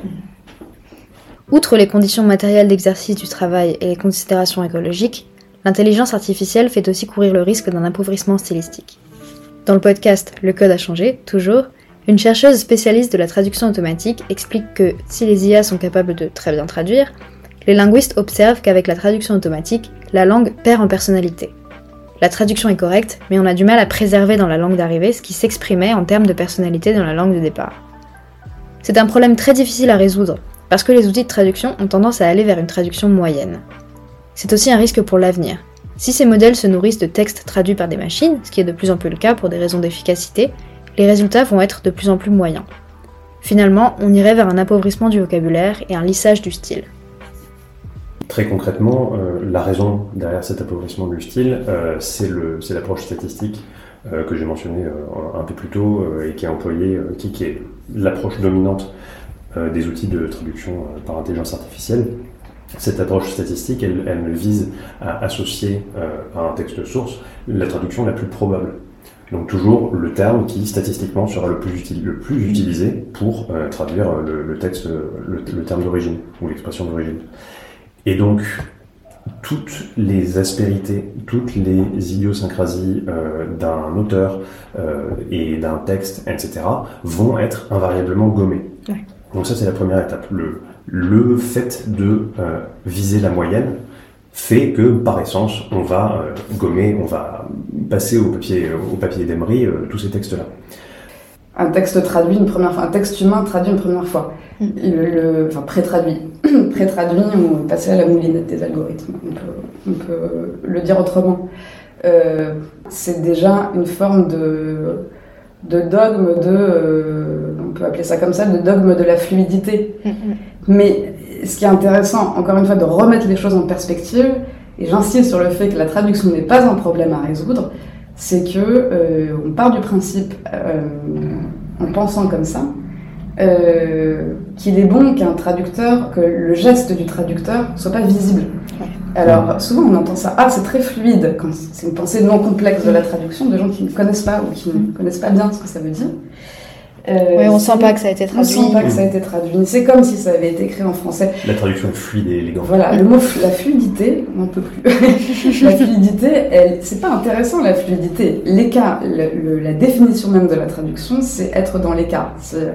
S1: Outre les conditions matérielles d'exercice du travail et les considérations écologiques, l'intelligence artificielle fait aussi courir le risque d'un appauvrissement stylistique. Dans le podcast Le Code a changé, toujours, une chercheuse spécialiste de la traduction automatique explique que si les IA sont capables de très bien traduire, les linguistes observent qu'avec la traduction automatique, la langue perd en personnalité. La traduction est correcte, mais on a du mal à préserver dans la langue d'arrivée ce qui s'exprimait en termes de personnalité dans la langue de départ. C'est un problème très difficile à résoudre, parce que les outils de traduction ont tendance à aller vers une traduction moyenne. C'est aussi un risque pour l'avenir. Si ces modèles se nourrissent de textes traduits par des machines, ce qui est de plus en plus le cas pour des raisons d'efficacité, les résultats vont être de plus en plus moyens. Finalement, on irait vers un appauvrissement du vocabulaire et un lissage du style.
S3: Très concrètement, la raison derrière cet appauvrissement du style, c'est l'approche statistique que j'ai mentionnée un peu plus tôt et qui est employée, qui est l'approche dominante des outils de traduction par intelligence artificielle. Cette approche statistique, elle vise à associer à un texte source la traduction la plus probable. Donc toujours le terme qui statistiquement sera le plus utilisé pour traduire le texte, le terme d'origine ou l'expression d'origine. Et donc toutes les aspérités, toutes les idiosyncrasies d'un auteur et d'un texte, etc., vont être invariablement gommées. Ouais. Donc ça, c'est la première étape. Le fait de viser la moyenne fait que, par essence, on va gommer, on va passer au papier d'Emery tous ces textes-là.
S2: Un texte traduit une première fois, un texte humain traduit une première fois. Enfin, pré-traduit ou passer à la moulinette des algorithmes. On peut le dire autrement. C'est déjà une forme de dogme on peut appeler ça comme ça, de dogme de la fluidité. Mais ce qui est intéressant, encore une fois, de remettre les choses en perspective, et j'insiste sur le fait que la traduction n'est pas un problème à résoudre, c'est que on part du principe, en pensant comme ça, qu'il est bon qu'un traducteur, que le geste du traducteur soit pas visible. Alors souvent on entend ça, c'est très fluide, quand c'est une pensée non complexe de la traduction, de gens qui ne connaissent pas ou qui ne connaissent pas bien ce que ça veut dire.
S1: Oui, on sent pas que ça a été traduit.
S2: On sent pas que ça a été traduit. C'est comme si ça avait été écrit en français.
S3: La traduction est fluide et élégante.
S2: Voilà, le mot la fluidité, on n'en peut plus. La fluidité, c'est pas intéressant la fluidité. L'écart, la définition même de la traduction, c'est être dans l'écart.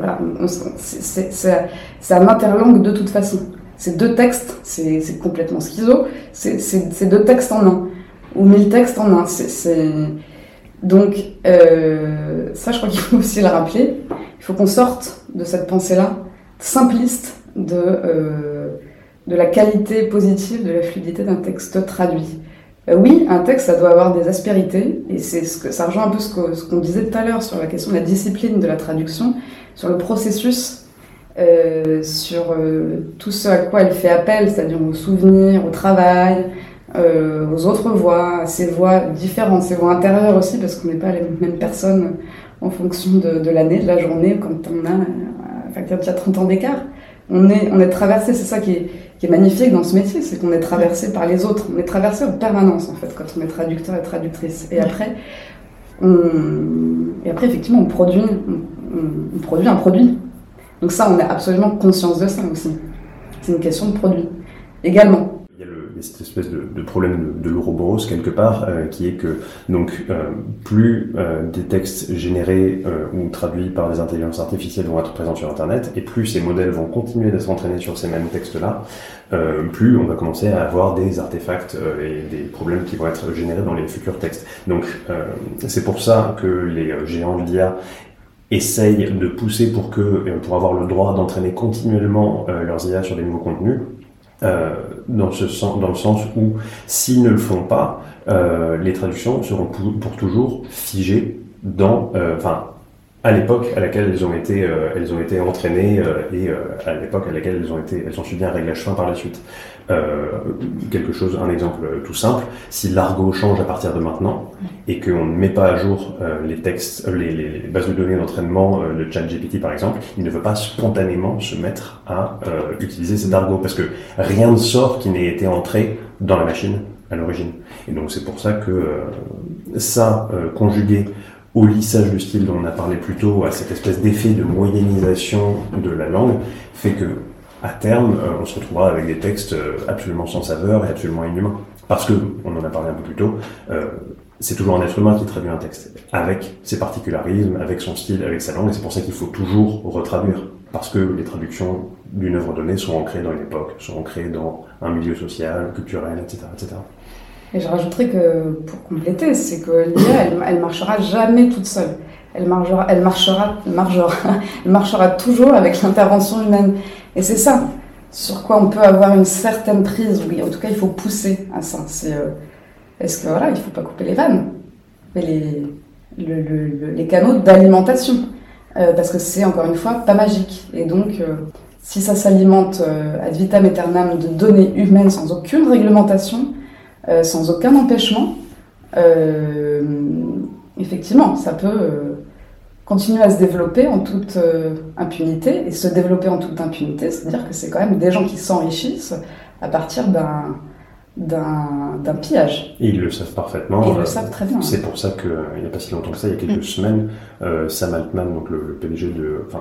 S2: C'est un interlangue de toute façon. C'est deux textes, c'est complètement schizo. C'est deux textes en un ou 1000 textes en un. Donc, ça, je crois qu'il faut aussi le rappeler. Il faut qu'on sorte de cette pensée-là, simpliste, de la qualité positive, de la fluidité d'un texte traduit. Oui, un texte, ça doit avoir des aspérités, et ça rejoint un peu ce qu'on disait tout à l'heure sur la question de la discipline de la traduction, sur le processus, sur tout ce à quoi elle fait appel, c'est-à-dire au souvenir, au travail, aux autres voix, à ces voix différentes, ces voix intérieures aussi, parce qu'on n'est pas les mêmes personnes en fonction de l'année, de la journée, quand on a déjà 30 ans d'écart. On est traversé, c'est ça qui est magnifique dans ce métier, c'est qu'on est traversé par les autres, on est traversé en permanence en fait, quand on est traducteur et traductrice. Et après, effectivement, on produit un produit. Donc ça, on a absolument conscience de ça aussi. C'est une question de produit, également.
S3: Cette espèce de problème de l'ouroboros quelque part, qui est que donc plus des textes générés ou traduits par des intelligences artificielles vont être présents sur Internet, et plus ces modèles vont continuer d'être entraînés sur ces mêmes textes-là, plus on va commencer à avoir des artefacts et des problèmes qui vont être générés dans les futurs textes. Donc c'est pour ça que les géants de l'IA essayent de pousser pour avoir le droit d'entraîner continuellement leurs IA sur des nouveaux contenus. dans le sens où s'ils ne le font pas, les traductions seront pour toujours figées dans, à l'époque à laquelle elles ont été entraînées et à l'époque à laquelle elles ont subi un réglage fin par la suite. Un exemple tout simple, si l'argot change à partir de maintenant et qu'on ne met pas à jour les textes, les bases de données d'entraînement de ChatGPT par exemple, il ne veut pas spontanément se mettre à utiliser cet argot parce que rien ne sort qui n'ait été entré dans la machine à l'origine. Et donc c'est pour ça que conjugué au lissage de style dont on a parlé plus tôt, à cette espèce d'effet de moyennisation de la langue, fait que à terme, on se retrouvera avec des textes absolument sans saveur et absolument inhumains. Parce que, on en a parlé un peu plus tôt, c'est toujours un être humain qui traduit un texte, avec ses particularismes, avec son style, avec sa langue, et c'est pour ça qu'il faut toujours retraduire. Parce que les traductions d'une œuvre donnée sont ancrées dans une époque, sont ancrées dans un milieu social, culturel, etc., etc.
S2: Et je rajouterais que, pour compléter, c'est que l'IA, elle marchera jamais toute seule. Elle marchera toujours avec l'intervention humaine. Et c'est ça, sur quoi on peut avoir une certaine prise, ou en tout cas il faut pousser à ça. Est-ce que voilà, il ne faut pas couper les vannes, mais les canaux d'alimentation, parce que c'est encore une fois pas magique. Et donc, si ça s'alimente ad vitam aeternam de données humaines sans aucune réglementation, sans aucun empêchement, effectivement, ça peut continuer à se développer en toute impunité, et se développer en toute impunité, c'est-à-dire que c'est quand même des gens qui s'enrichissent à partir d'un pillage.
S3: Et ils le savent parfaitement.
S2: Et ils le savent très bien.
S3: C'est pour ça qu'il n'y a pas si longtemps que ça, il y a quelques semaines, Sam Altman, donc le PDG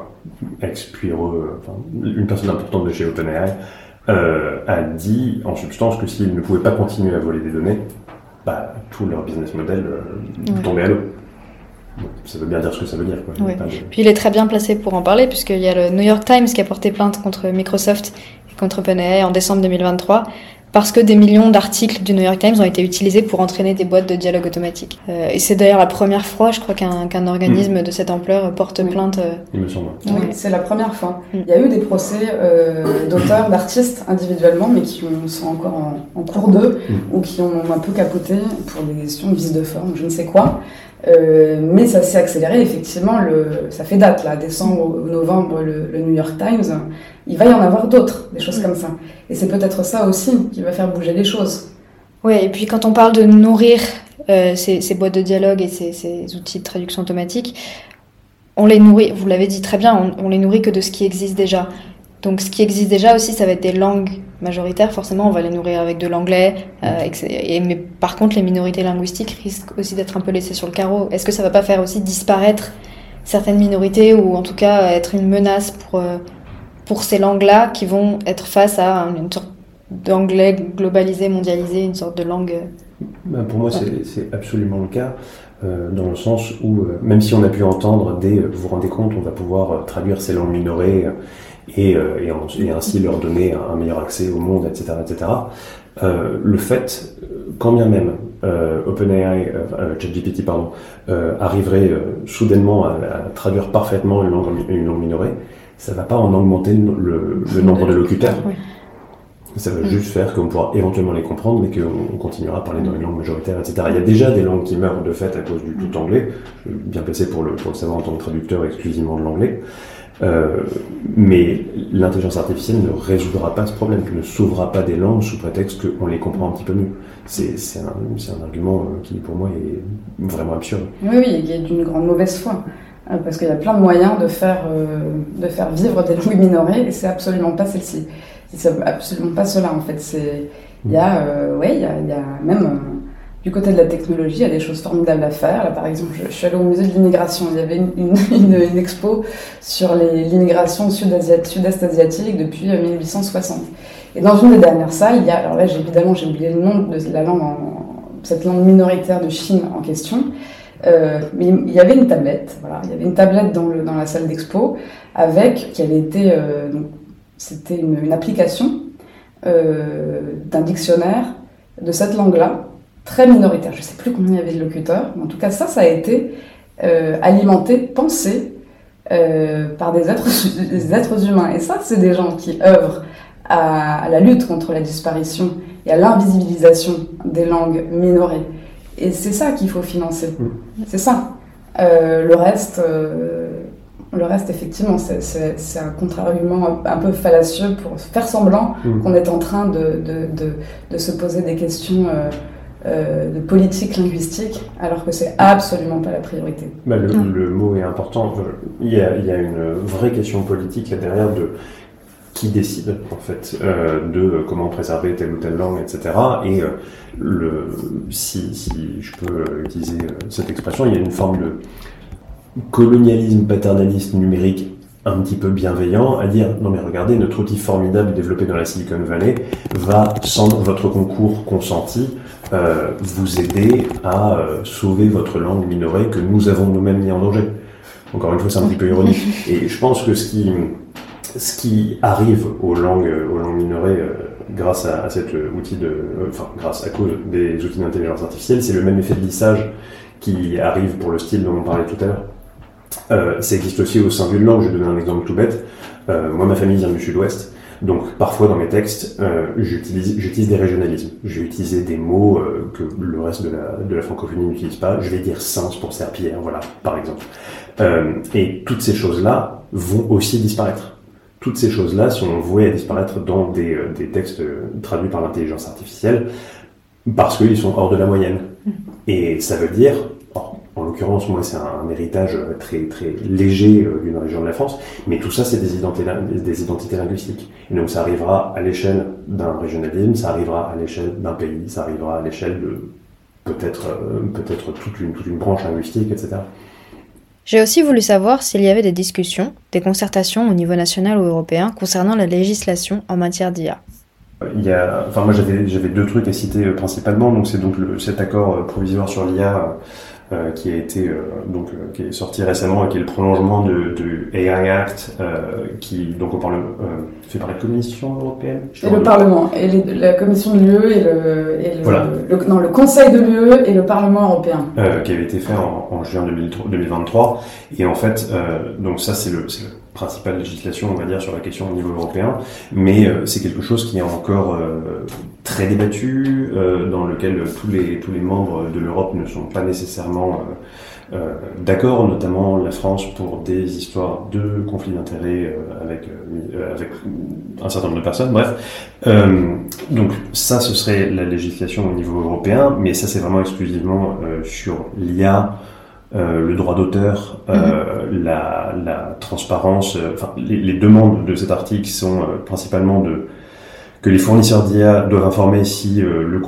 S3: une personne importante de chez OpenAI, a dit en substance que s'ils ne pouvaient pas continuer à voler des données, tout leur business model tombait à l'eau. Ça veut bien dire ce que ça veut dire. Quoi.
S1: Ouais. Puis il est très bien placé pour en parler, puisqu'il y a le New York Times qui a porté plainte contre Microsoft et contre OpenAI en décembre 2023, parce que des millions d'articles du New York Times ont été utilisés pour entraîner des boîtes de dialogue automatique. Et c'est d'ailleurs la première fois, je crois, qu'un organisme de cette ampleur porte plainte.
S3: Il me semble.
S2: Oui, c'est la première fois. Il y a eu des procès d'auteurs, d'artistes individuellement, mais qui sont encore en cours d'eux, ou qui ont un peu capoté pour des questions de vice de forme, je ne sais quoi. Mais ça s'est accéléré, effectivement, ça fait date, là, décembre ou novembre, le New York Times, il va y en avoir d'autres, des choses comme ça. Et c'est peut-être ça aussi qui va faire bouger les choses.
S1: Oui, et puis quand on parle de nourrir ces boîtes de dialogue et ces outils de traduction automatique, on les nourrit, vous l'avez dit très bien, on les nourrit que de ce qui existe déjà. Donc ce qui existe déjà aussi, ça va être des langues majoritaires, forcément on va les nourrir avec de l'anglais, mais par contre les minorités linguistiques risquent aussi d'être un peu laissées sur le carreau. Est-ce que ça va pas faire aussi disparaître certaines minorités, ou en tout cas être une menace pour ces langues-là qui vont être face à une sorte d'anglais globalisé, mondialisé, une sorte de langue...
S3: Pour moi c'est absolument le cas. Dans le sens où, même si on a pu entendre vous vous rendez compte, on va pouvoir traduire ces langues minorées et ainsi leur donner un meilleur accès au monde, etc., etc. Le fait, quand bien même ChatGPT arriverait soudainement à traduire parfaitement une langue minorée, ça ne va pas en augmenter le nombre de locuteurs. Oui. Ça va juste faire qu'on pourra éventuellement les comprendre, mais qu'on continuera à parler dans une langue majoritaire, etc. Il y a déjà des langues qui meurent de fait à cause du tout anglais. Je suis bien placé pour le savoir en tant que traducteur exclusivement de l'anglais. Mais l'intelligence artificielle ne résoudra pas ce problème, ne sauvera pas des langues sous prétexte qu'on les comprend un petit peu mieux. C'est un argument qui, pour moi, est vraiment absurde.
S2: Oui, il est d'une grande mauvaise foi. Parce qu'il y a plein de moyens de faire vivre des langues minorées, et c'est absolument pas celle-ci. C'est absolument pas cela, en fait. Il y a même du côté de la technologie, il y a des choses formidables à faire. Là, par exemple, je suis allée au musée de l'immigration. Il y avait une expo sur l'immigration sud-est asiatique depuis 1860. Et dans une des dernières salles, alors là, j'ai oublié le nom de la langue, cette langue minoritaire de Chine en question. Mais il y avait une tablette, voilà. Il y avait une tablette dans la salle d'expo qui avait été... c'était une application d'un dictionnaire de cette langue-là, très minoritaire. Je ne sais plus combien il y avait de locuteurs, mais en tout cas, ça a été alimenté, pensé par des êtres humains. Et ça, c'est des gens qui œuvrent à la lutte contre la disparition et à l'invisibilisation des langues minorées. Et c'est ça qu'il faut financer. C'est ça. Le reste, effectivement, c'est un contre-argument un peu fallacieux pour faire semblant qu'on est en train de se poser des questions de politique linguistique, alors que c'est absolument pas la priorité.
S3: Le mot est important. Il y a une vraie question politique là derrière de qui décide en fait de comment préserver telle ou telle langue, etc. Et si je peux utiliser cette expression, il y a une forme de colonialisme paternaliste numérique un petit peu bienveillant à dire non mais regardez, notre outil formidable développé dans la Silicon Valley va, sans votre concours consenti, vous aider à sauver votre langue minorée que nous avons nous-mêmes mis en danger. Encore une fois, c'est un petit peu ironique. Et je pense que ce qui arrive aux langues minorées grâce à cet outil à cause des outils d'intelligence artificielle, c'est le même effet de lissage qui arrive pour le style dont on parlait tout à l'heure. Ça existe aussi au sein d'une langue. Je vais donner un exemple tout bête. Moi, ma famille vient du sud-ouest. Donc, parfois, dans mes textes, j'utilise des régionalismes. J'ai utilisé des mots que le reste de la francophonie n'utilise pas. Je vais dire sens pour serpillière, voilà, par exemple. Et toutes ces choses-là vont aussi disparaître. Toutes ces choses-là sont vouées à disparaître dans des textes traduits par l'intelligence artificielle parce qu'ils sont hors de la moyenne. Et ça veut dire, en l'occurrence, moi, c'est un héritage très, très léger d'une région de la France, mais tout ça, c'est des identités linguistiques. Et donc, ça arrivera à l'échelle d'un régionalisme, ça arrivera à l'échelle d'un pays, ça arrivera à l'échelle de peut-être toute une branche linguistique, etc.
S1: J'ai aussi voulu savoir s'il y avait des discussions, des concertations au niveau national ou européen concernant la législation en matière d'IA.
S3: Moi j'avais deux trucs à citer principalement. Donc c'est cet accord provisoire sur l'IA qui est sorti récemment et qui est le prolongement de AI Act qui donc fait par la Commission européenne.
S2: Et le Parlement et la Commission de l'UE le Conseil de l'UE et le Parlement européen.
S3: Qui avait été fait en juin 2023 et en fait donc ça c'est le principale législation, on va dire, sur la question au niveau européen, mais c'est quelque chose qui est encore très débattu, dans lequel tous les membres de l'Europe ne sont pas nécessairement d'accord, notamment la France pour des histoires de conflits d'intérêts avec un certain nombre de personnes, bref. Donc ça, ce serait la législation au niveau européen, mais ça, c'est vraiment exclusivement sur l'IA, le droit d'auteur, la transparence, les demandes de cet article sont principalement que les fournisseurs d'IA doivent informer si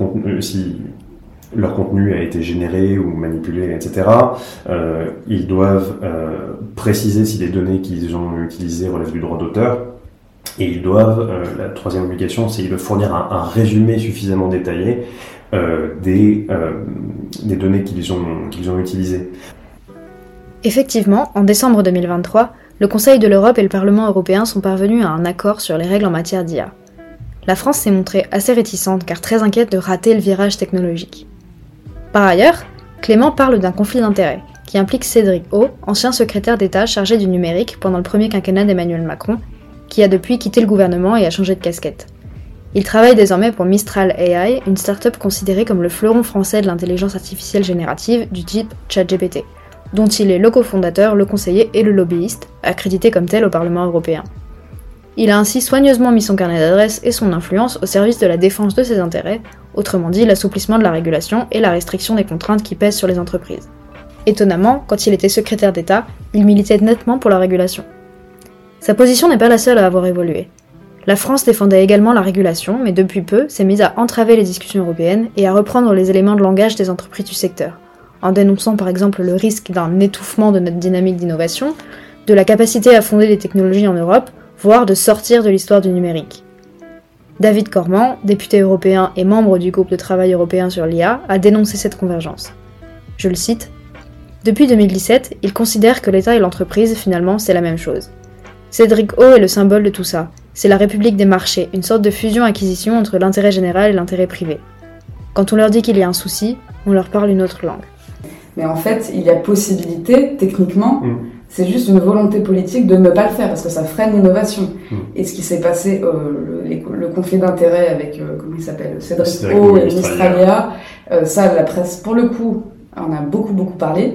S3: leur contenu a été généré ou manipulé, etc. Ils doivent préciser si les données qu'ils ont utilisées relèvent du droit d'auteur. Et ils doivent, la troisième obligation, c'est de fournir un résumé suffisamment détaillé des données qu'ils ont utilisées.
S1: Effectivement, en décembre 2023, le Conseil de l'Europe et le Parlement européen sont parvenus à un accord sur les règles en matière d'IA. La France s'est montrée assez réticente car très inquiète de rater le virage technologique. Par ailleurs, Clément parle d'un conflit d'intérêts qui implique Cédric O, ancien secrétaire d'État chargé du numérique pendant le premier quinquennat d'Emmanuel Macron, qui a depuis quitté le gouvernement et a changé de casquette. Il travaille désormais pour Mistral AI, une start-up considérée comme le fleuron français de l'intelligence artificielle générative du type ChatGPT, dont il est le cofondateur, le conseiller et le lobbyiste, accrédité comme tel au Parlement européen. Il a ainsi soigneusement mis son carnet d'adresses et son influence au service de la défense de ses intérêts, autrement dit l'assouplissement de la régulation et la restriction des contraintes qui pèsent sur les entreprises. Étonnamment, quand il était secrétaire d'État, il militait nettement pour la régulation. Sa position n'est pas la seule à avoir évolué. La France défendait également la régulation, mais depuis peu s'est mise à entraver les discussions européennes et à reprendre les éléments de langage des entreprises du secteur, en dénonçant par exemple le risque d'un étouffement de notre dynamique d'innovation, de la capacité à fonder les technologies en Europe, voire de sortir de l'histoire du numérique. David Corman, député européen et membre du groupe de travail européen sur l'IA, a dénoncé cette convergence. Je le cite, « Depuis 2017, il considère que l'État et l'entreprise, finalement, c'est la même chose. Cédric O est le symbole de tout ça. C'est la république des marchés, une sorte de fusion-acquisition entre l'intérêt général et l'intérêt privé. Quand on leur dit qu'il y a un souci, on leur parle une autre langue. »
S2: Mais en fait, il y a possibilité, techniquement, c'est juste une volonté politique de ne pas le faire, parce que ça freine l'innovation. Et ce qui s'est passé, le conflit d'intérêts avec, comment il s'appelle, Cédric O et Mistralia, ça, la presse, pour le coup, en a beaucoup parlé.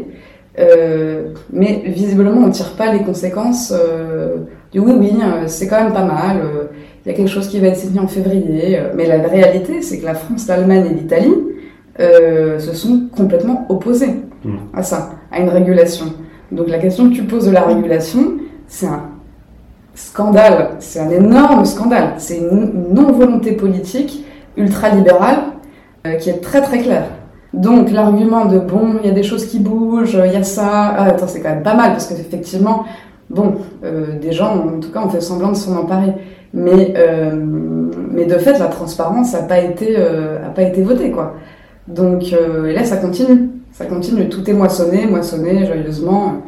S2: Mais visiblement, on ne tire pas les conséquences du oui, c'est quand même pas mal, il y a quelque chose qui va être signé en février. Mais la réalité, c'est que la France, l'Allemagne et l'Italie se sont complètement opposés à ça, à une régulation. Donc la question que tu poses de la régulation, c'est un scandale, c'est un énorme scandale. C'est une non-volonté politique ultra-libérale qui est très très claire. Donc l'argument de bon, il y a des choses qui bougent, il y a ça, attends, c'est quand même pas mal, parce qu'effectivement, des gens, en tout cas, ont fait semblant de s'en emparer. Mais de fait, la transparence n'a pas été votée, quoi. Donc et là, ça continue, tout est moissonné joyeusement.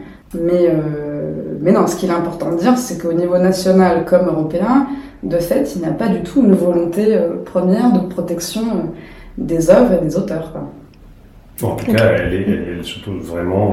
S2: Mais non, ce qu'il est important de dire, c'est qu'au niveau national comme européen, de fait, il n'y a pas du tout une volonté première de protection des œuvres et des auteurs, quoi.
S3: En tout cas, elle est surtout vraiment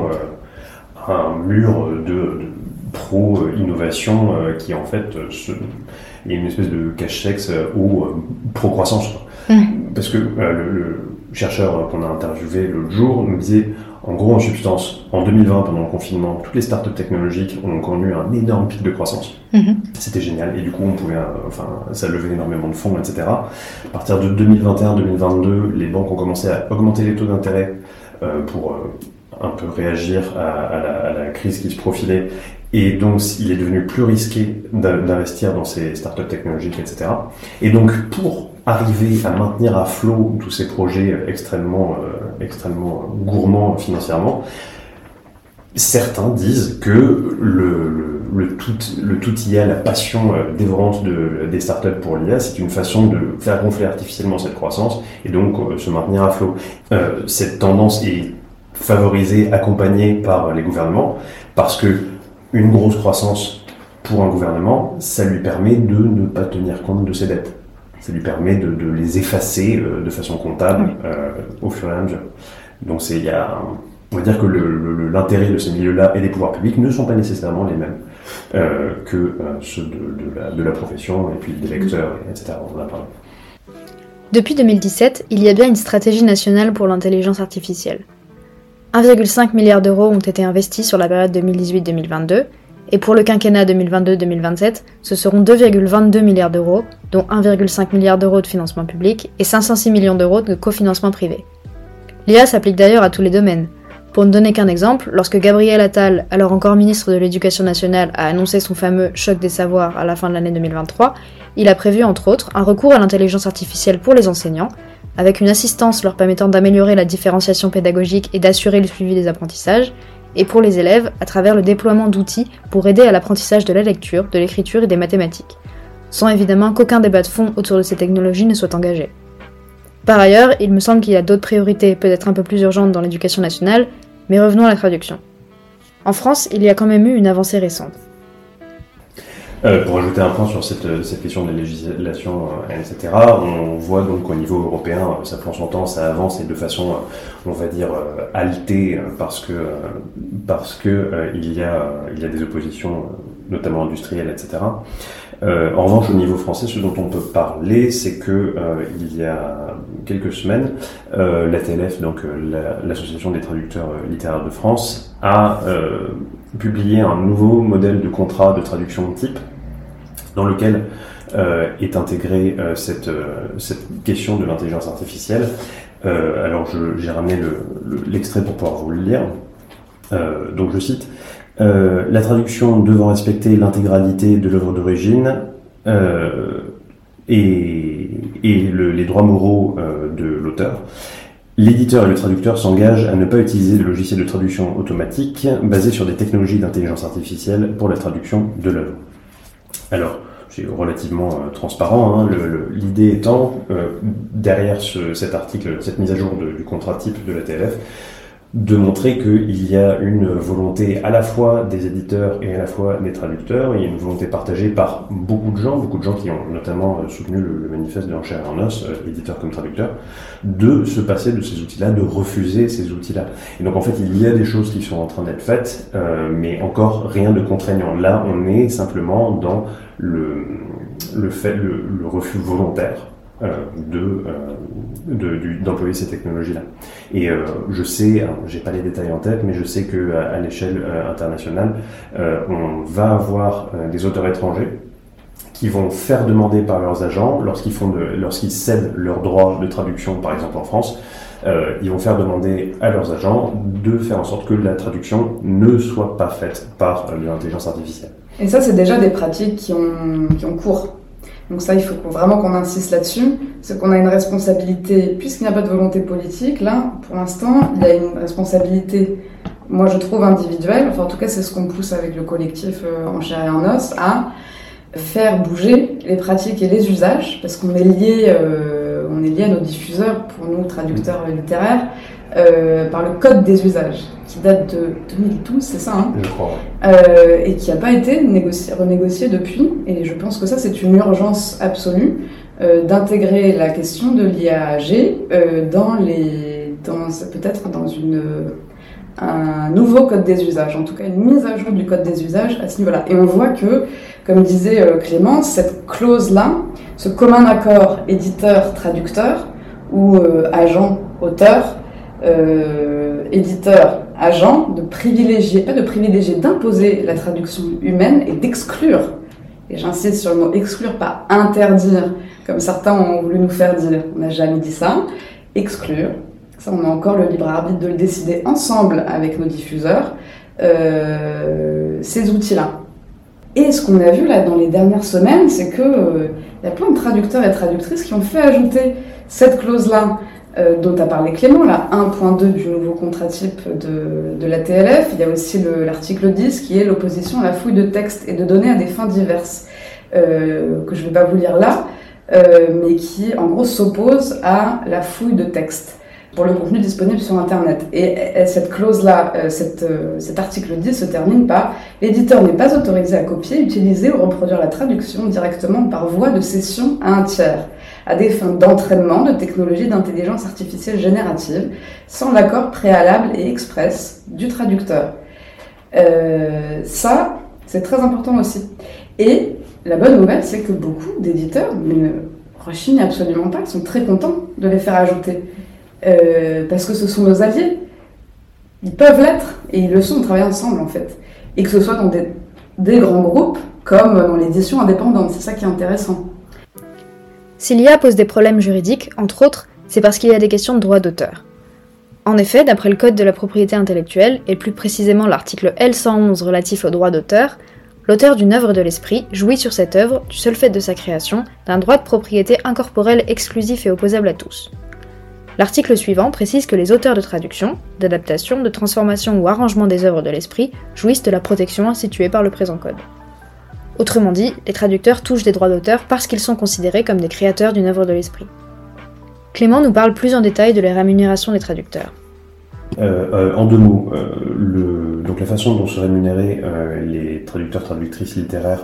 S3: un mur de pro-innovation qui en fait est une espèce de cache-sexe ou pro-croissance. Parce que le chercheur qu'on a interviewé l'autre jour nous disait, en gros, en substance, en 2020, pendant le confinement, toutes les startups technologiques ont connu un énorme pic de croissance. C'était génial. Et du coup, on pouvait, ça levait énormément de fonds, etc. À partir de 2021-2022, les banques ont commencé à augmenter les taux d'intérêt pour un peu réagir à la crise qui se profilait. Et donc, il est devenu plus risqué d'investir dans ces startups technologiques, etc. Et donc, pour arriver à maintenir à flot tous ces projets extrêmement gourmands financièrement, certains disent que le tout IA, la passion dévorante des startups pour l'IA, c'est une façon de faire gonfler artificiellement cette croissance et donc se maintenir à flot. Cette tendance est favorisée, accompagnée par les gouvernements, parce que une grosse croissance pour un gouvernement, ça lui permet de ne pas tenir compte de ses dettes. Ça lui permet de les effacer de façon comptable au fur et à mesure. Donc on va dire que l'intérêt de ces milieux-là et des pouvoirs publics ne sont pas nécessairement les mêmes que ceux de la profession et puis des lecteurs, etc. On en a parlé.
S1: Depuis 2017, il y a bien une stratégie nationale pour l'intelligence artificielle. 1,5 milliard d'euros ont été investis sur la période 2018-2022, et pour le quinquennat 2022-2027, ce seront 2,22 milliards d'euros, dont 1,5 milliard d'euros de financement public et 506 millions d'euros de cofinancement privé. L'IA s'applique d'ailleurs à tous les domaines. Pour ne donner qu'un exemple, lorsque Gabriel Attal, alors encore ministre de l'Éducation nationale, a annoncé son fameux choc des savoirs à la fin de l'année 2023, il a prévu entre autres un recours à l'intelligence artificielle pour les enseignants, avec une assistance leur permettant d'améliorer la différenciation pédagogique et d'assurer le suivi des apprentissages, et pour les élèves à travers le déploiement d'outils pour aider à l'apprentissage de la lecture, de l'écriture et des mathématiques, sans évidemment qu'aucun débat de fond autour de ces technologies ne soit engagé. Par ailleurs, il me semble qu'il y a d'autres priorités peut-être un peu plus urgentes dans l'éducation nationale, mais revenons à la traduction. En France, il y a quand même eu une avancée récente.
S3: Pour ajouter un point sur cette question de la législation, etc., on voit donc qu'au niveau européin, ça prend son temps, ça avance et de façon, on va dire, haletée, parce que il y a des oppositions, notamment industrielles, etc. En revanche, au niveau français, ce dont on peut parler, c'est que il y a quelques semaines, l'ATLF, donc l'Association des traducteurs littéraires de France, a publié un nouveau modèle de contrat de traduction type, dans lequel est intégrée cette question de l'intelligence artificielle. Alors j'ai ramené l'extrait pour pouvoir vous le lire. Donc je cite: la traduction devant respecter l'intégralité de l'œuvre d'origine et les droits moraux de l'auteur. L'éditeur et le traducteur s'engagent à ne pas utiliser de logiciels de traduction automatique basés sur des technologies d'intelligence artificielle pour la traduction de l'œuvre. Alors, c'est relativement transparent, hein, l'idée étant, derrière cet article, cette mise à jour du contrat type de la TLF, de montrer qu'il y a une volonté à la fois des éditeurs et à la fois des traducteurs. Il y a une volonté partagée par beaucoup de gens qui ont notamment soutenu le manifeste de En chair et en os, éditeurs comme traducteurs, de se passer de ces outils-là, de refuser ces outils-là. Et donc en fait, il y a des choses qui sont en train d'être faites, mais encore rien de contraignant. Là, on est simplement dans le refus volontaire d'employer ces technologies-là. Et je sais, j'ai pas les détails en tête, mais je sais que à l'échelle internationale, on va avoir des auteurs étrangers qui vont faire demander par leurs agents, lorsqu'ils cèdent leurs droits de traduction, par exemple en France, ils vont faire demander à leurs agents de faire en sorte que la traduction ne soit pas faite par l'intelligence artificielle.
S2: Et ça, c'est déjà des pratiques qui ont cours. Donc ça, il faut vraiment qu'on insiste là-dessus, c'est qu'on a une responsabilité, puisqu'il n'y a pas de volonté politique, là, pour l'instant, il y a une responsabilité, moi je trouve individuelle, enfin en tout cas c'est ce qu'on pousse avec le collectif En chair et en os, à faire bouger les pratiques et les usages, parce qu'on est lié à nos diffuseurs, pour nous, traducteurs littéraires, par le code des usages, qui date de 2012, c'est ça, hein,
S3: je crois.
S2: Et qui n'a pas été renégocié depuis. Et je pense que ça, c'est une urgence absolue d'intégrer la question de l'IAG peut-être dans un nouveau code des usages, en tout cas une mise à jour du code des usages à ce niveau-là. Et on voit que, comme disait Clémence, cette clause-là, ce commun accord éditeur-traducteur, ou agent-auteur, éditeur-agent, d'imposer la traduction humaine et d'exclure, et j'insiste sur le mot exclure, pas interdire, comme certains ont voulu nous faire dire, on n'a jamais dit ça, exclure, ça on a encore le libre arbitre de le décider ensemble avec nos diffuseurs, ces outils-là. Et ce qu'on a vu là dans les dernières semaines, c'est que y a plein de traducteurs et traductrices qui ont fait ajouter cette clause-là, dont a parlé Clément, la 1.2 du nouveau contrat type de la TLF. Il y a aussi l'article 10 qui est l'opposition à la fouille de textes et de données à des fins diverses, que je ne vais pas vous lire là, mais qui en gros s'oppose à la fouille de textes pour le contenu disponible sur Internet. Et cette clause-là, cet article 10 se termine par « L'éditeur n'est pas autorisé à copier, utiliser ou reproduire la traduction directement par voie de cession à un tiers, à des fins d'entraînement de technologies d'intelligence artificielle générative, sans l'accord préalable et express du traducteur. » Ça, c'est très important aussi. Et la bonne nouvelle, c'est que beaucoup d'éditeurs ne rechignent absolument pas, ils sont très contents de les faire ajouter. Parce que ce sont nos alliés. Ils peuvent l'être, et ils le sont, on travaille ensemble en fait. Et que ce soit dans des grands groupes, comme dans l'édition indépendante, c'est ça qui est intéressant.
S1: Si l'IA pose des problèmes juridiques, entre autres, c'est parce qu'il y a des questions de droit d'auteur. En effet, d'après le Code de la propriété intellectuelle, et plus précisément l'article L111 relatif au droit d'auteur, l'auteur d'une œuvre de l'esprit jouit sur cette œuvre, du seul fait de sa création, d'un droit de propriété incorporel exclusif et opposable à tous. L'article suivant précise que les auteurs de traduction, d'adaptation, de transformation ou arrangement des œuvres de l'esprit jouissent de la protection instituée par le présent code. Autrement dit, les traducteurs touchent des droits d'auteur parce qu'ils sont considérés comme des créateurs d'une œuvre de l'esprit. Clément nous parle plus en détail de la rémunération des traducteurs.
S3: En deux mots, donc la façon dont sont rémunérés les traducteurs-traductrices littéraires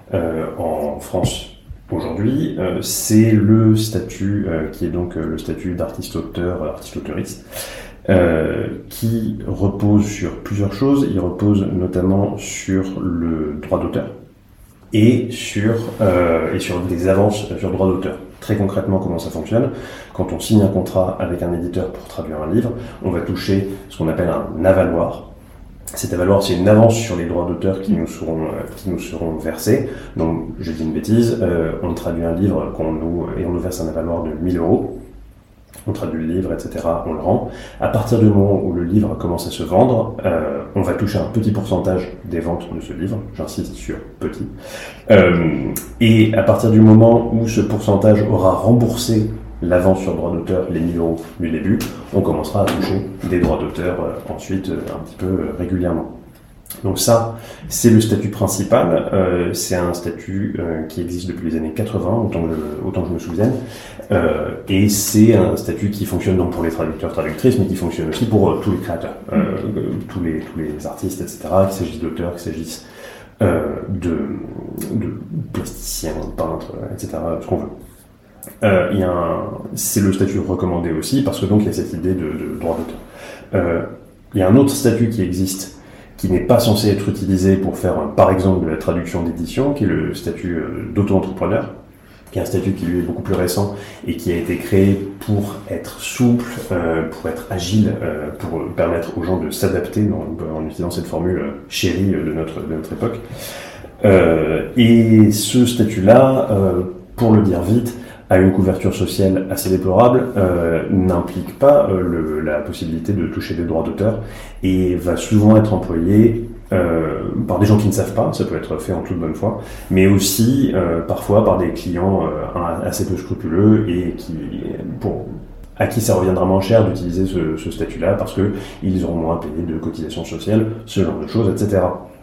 S3: en France aujourd'hui, c'est le statut qui est donc le statut d'artiste-auteur, artiste-auteuriste, qui repose sur plusieurs choses. Il repose notamment sur le droit d'auteur et sur des avances sur droit d'auteur. Très concrètement, comment ça fonctionne ? Quand on signe un contrat avec un éditeur pour traduire un livre, on va toucher ce qu'on appelle un avaloir. Cet avaloir, c'est une avance sur les droits d'auteur qui nous seront versés. Donc, je dis une bêtise, on traduit un livre et on nous verse un avaloir de 1 000 €. On traduit le livre, etc., on le rend. À partir du moment où le livre commence à se vendre, on va toucher un petit pourcentage des ventes de ce livre, j'insiste sur petit. Et à partir du moment où ce pourcentage aura remboursé l'avance sur droit d'auteur, les 1 000 € du début, on commencera à toucher des droits d'auteur ensuite un petit peu régulièrement. Donc ça, c'est le statut principal. C'est un statut qui existe depuis les années 80, autant que je me souvienne. Et c'est un statut qui fonctionne donc pour les traducteurs, traductrices, mais qui fonctionne aussi pour tous les créateurs, tous les artistes, etc., qu'il s'agisse d'auteurs, qu'il s'agisse de plasticiens, peintres, etc., ce qu'on veut. C'est le statut recommandé aussi, parce que donc il y a cette idée de droit d'auteur. Il y a un autre statut qui existe, qui n'est pas censé être utilisé pour faire, par exemple, de la traduction d'édition, qui est le statut d'auto-entrepreneur, qui est un statut qui lui est beaucoup plus récent et qui a été créé pour être souple, pour être agile, pour permettre aux gens de s'adapter en utilisant cette formule chérie de notre époque. Et ce statut-là, pour le dire vite, a une couverture sociale assez déplorable, n'implique pas la possibilité de toucher des droits d'auteur et va souvent être employé par des gens qui ne savent pas, ça peut être fait en toute bonne foi, mais aussi parfois par des clients assez peu scrupuleux et à qui ça reviendra moins cher d'utiliser ce statut-là parce qu'ils auront moins à payer de cotisations sociales, ce genre de choses, etc.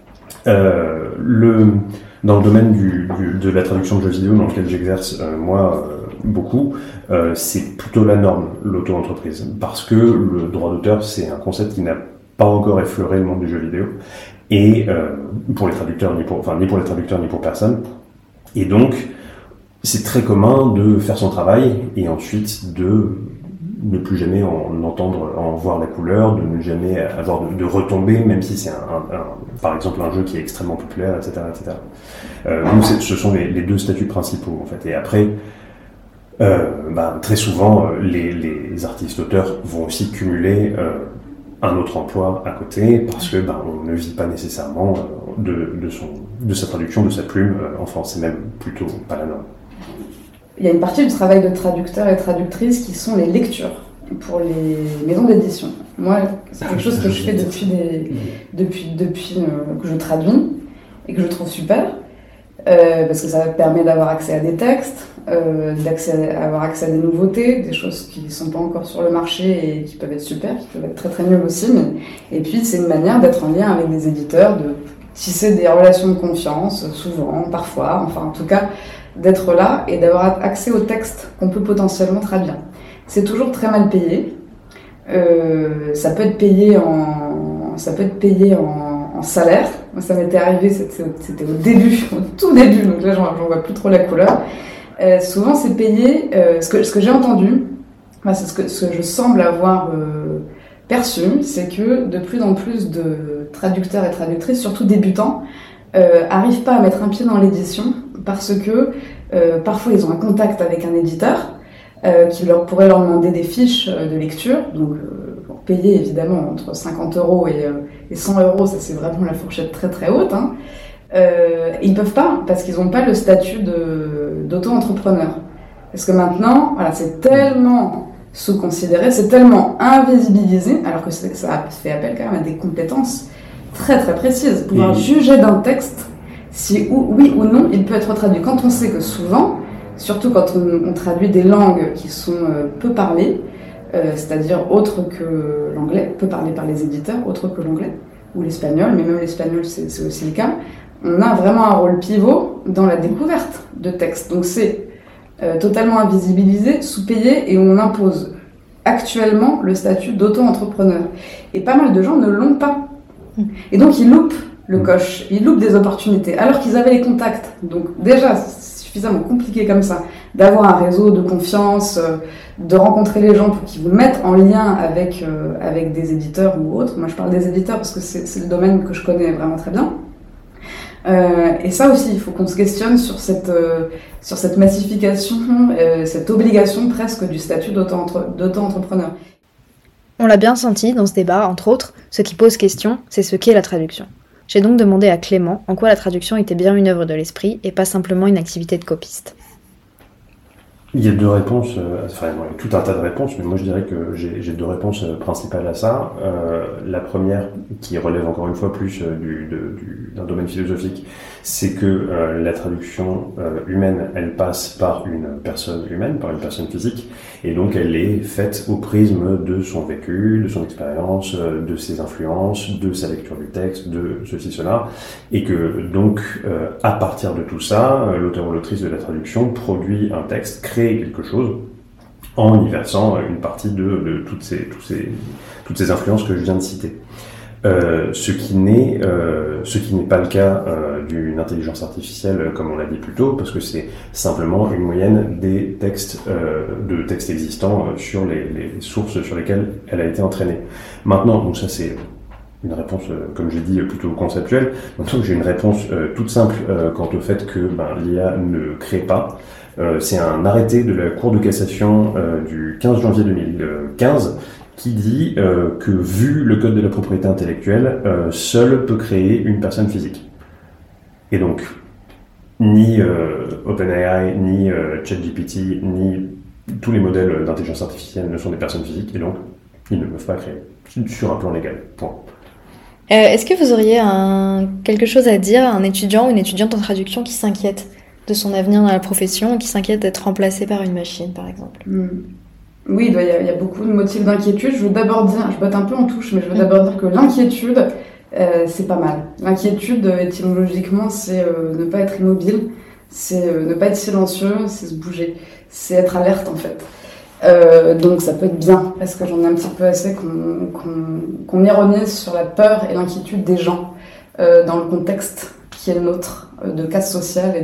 S3: Dans le domaine de la traduction de jeux vidéo dans lequel j'exerce beaucoup, c'est plutôt la norme, l'auto-entreprise, parce que le droit d'auteur, c'est un concept qui n'a pas encore effleuré le monde du jeu vidéo, et pour les traducteurs, ni pour les traducteurs ni pour personne. Et donc, c'est très commun de faire son travail et ensuite de ne plus jamais en voir la couleur, de ne jamais avoir de retombées, même si c'est par exemple un jeu qui est extrêmement populaire, etc., etc. Donc ce sont les deux statuts principaux en fait. Et après, très souvent, les artistes-auteurs vont aussi cumuler un autre emploi à côté parce que on ne vit pas nécessairement de sa traduction, de sa plume en France. C'est même plutôt pas la norme.
S2: Il y a une partie du travail de traducteur et traductrice qui sont les lectures pour les maisons d'édition. Moi, c'est quelque chose que je fais depuis que je traduis et que je trouve super, parce que ça permet d'avoir accès à des textes, avoir accès à des nouveautés, des choses qui ne sont pas encore sur le marché et qui peuvent être super, qui peuvent être très très nulles aussi. Et puis c'est une manière d'être en lien avec des éditeurs, de tisser des relations de confiance, souvent, parfois, enfin en tout cas, d'être là et d'avoir accès aux textes qu'on peut potentiellement traduire. C'est toujours très mal payé. Ça peut être payé en salaire. Moi, ça m'était arrivé, c'était au tout début, donc là j'en vois plus trop la couleur. Souvent c'est payé, ce que j'ai entendu, c'est ce que je semble avoir perçu, c'est que de plus en plus de traducteurs et traductrices, surtout débutants, arrivent pas à mettre un pied dans l'édition parce que parfois ils ont un contact avec un éditeur qui pourrait leur demander des fiches de lecture, donc pour payer évidemment entre 50 € et 100 €, ça c'est vraiment la fourchette très très haute. Ils peuvent pas parce qu'ils n'ont pas le statut d'auto-entrepreneur. Parce que maintenant, voilà, c'est tellement sous-considéré, c'est tellement invisibilisé, alors que ça fait appel quand même à des compétences très très précises. Pouvoir juger d'un texte, si oui ou non il peut être traduit. Quand on sait que souvent, surtout quand on traduit des langues qui sont peu parlées, c'est-à-dire autres que l'anglais, peu parlées par les éditeurs, autres que l'anglais, ou l'espagnol, mais même l'espagnol c'est aussi le cas, on a vraiment un rôle pivot dans la découverte de textes. Donc c'est totalement invisibilisé, sous-payé, et on impose actuellement le statut d'auto-entrepreneur. Et pas mal de gens ne l'ont pas. Et donc ils loupent le coche, ils loupent des opportunités, alors qu'ils avaient les contacts. Donc déjà, c'est suffisamment compliqué comme ça, d'avoir un réseau de confiance, de rencontrer les gens pour qu'ils vous mettent en lien avec des éditeurs ou autres. Moi je parle des éditeurs parce que c'est le domaine que je connais vraiment très bien. Et ça aussi, il faut qu'on se questionne sur cette massification, cette obligation presque du statut d'auto-entrepreneur.
S1: On l'a bien senti dans ce débat, entre autres, ce qui pose question, c'est ce qu'est la traduction. J'ai donc demandé à Clément en quoi la traduction était bien une œuvre de l'esprit et pas simplement une activité de copiste.
S3: Il y a deux réponses, enfin il y a tout un tas de réponses, mais moi je dirais que j'ai deux réponses principales à ça. La première, qui relève encore une fois plus d'un domaine philosophique, c'est que la traduction humaine, elle passe par une personne humaine, par une personne physique, et donc elle est faite au prisme de son vécu, de son expérience, de ses influences, de sa lecture du texte, de ceci, cela, et que donc à partir de tout ça, l'auteur ou l'autrice de la traduction produit un texte, crée quelque chose en y versant une partie de toutes ces influences que je viens de citer. Ce qui n'est pas le cas d'une intelligence artificielle, comme on l'a dit plus tôt, parce que c'est simplement une moyenne des textes existants sur les sources sur lesquelles elle a été entraînée. Maintenant, donc ça c'est une réponse, comme j'ai dit, plutôt conceptuelle. Maintenant, j'ai une réponse toute simple quant au fait que l'IA ne crée pas. C'est un arrêté de la Cour de cassation du 15 janvier 2015 qui dit que, vu le code de la propriété intellectuelle, seul peut créer une personne physique. Et donc, ni OpenAI, ni ChatGPT, ni tous les modèles d'intelligence artificielle ne sont des personnes physiques, et donc, ils ne peuvent pas créer, sur un plan légal. Point.
S1: Est-ce que vous auriez quelque chose à dire à un étudiant ou une étudiante en traduction qui s'inquiète de son avenir dans la profession, qui s'inquiète d'être remplacé par une machine, par exemple?
S2: Oui, il y a beaucoup de motifs d'inquiétude. Je veux d'abord dire, je botte un peu en touche, mais je veux d'abord dire que l'inquiétude, c'est pas mal. L'inquiétude, étymologiquement, c'est ne pas être immobile, c'est ne pas être silencieux, c'est se bouger, c'est être alerte en fait. Donc ça peut être bien, parce que j'en ai un petit peu assez qu'on ironise sur la peur et l'inquiétude des gens dans le contexte qui est le nôtre, de casse sociale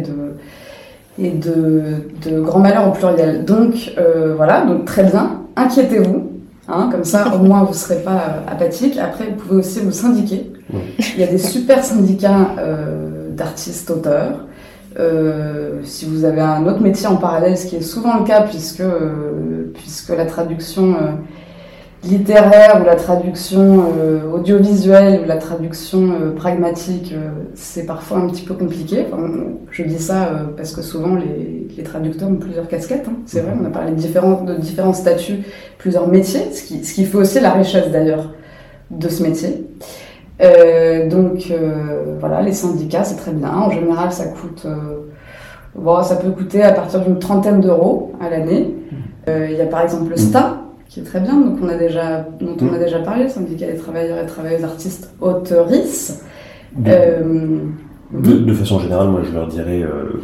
S2: et de grand malheur au pluriel. Donc voilà, donc très bien, inquiétez-vous, comme ça au moins vous ne serez pas apathique. Après, vous pouvez aussi vous syndiquer. Il y a des super syndicats d'artistes, auteurs. Si vous avez un autre métier en parallèle, ce qui est souvent le cas puisque la traduction littéraire ou la traduction audiovisuelle ou la traduction pragmatique, c'est parfois un petit peu compliqué. Enfin, je dis ça parce que souvent les traducteurs ont plusieurs casquettes. C'est vrai, on a parlé de différents statuts, plusieurs métiers, ce qui fait aussi la richesse d'ailleurs de ce métier. Donc voilà, les syndicats, c'est très bien. En général, ça coûte, ça peut coûter à partir d'une 30aine d'euros à l'année. Il y a par exemple le STA, qui est très bien, dont on a déjà parlé, le syndicat des travailleurs et travailleuses artistes auteurices.
S3: De façon générale, moi je leur dirais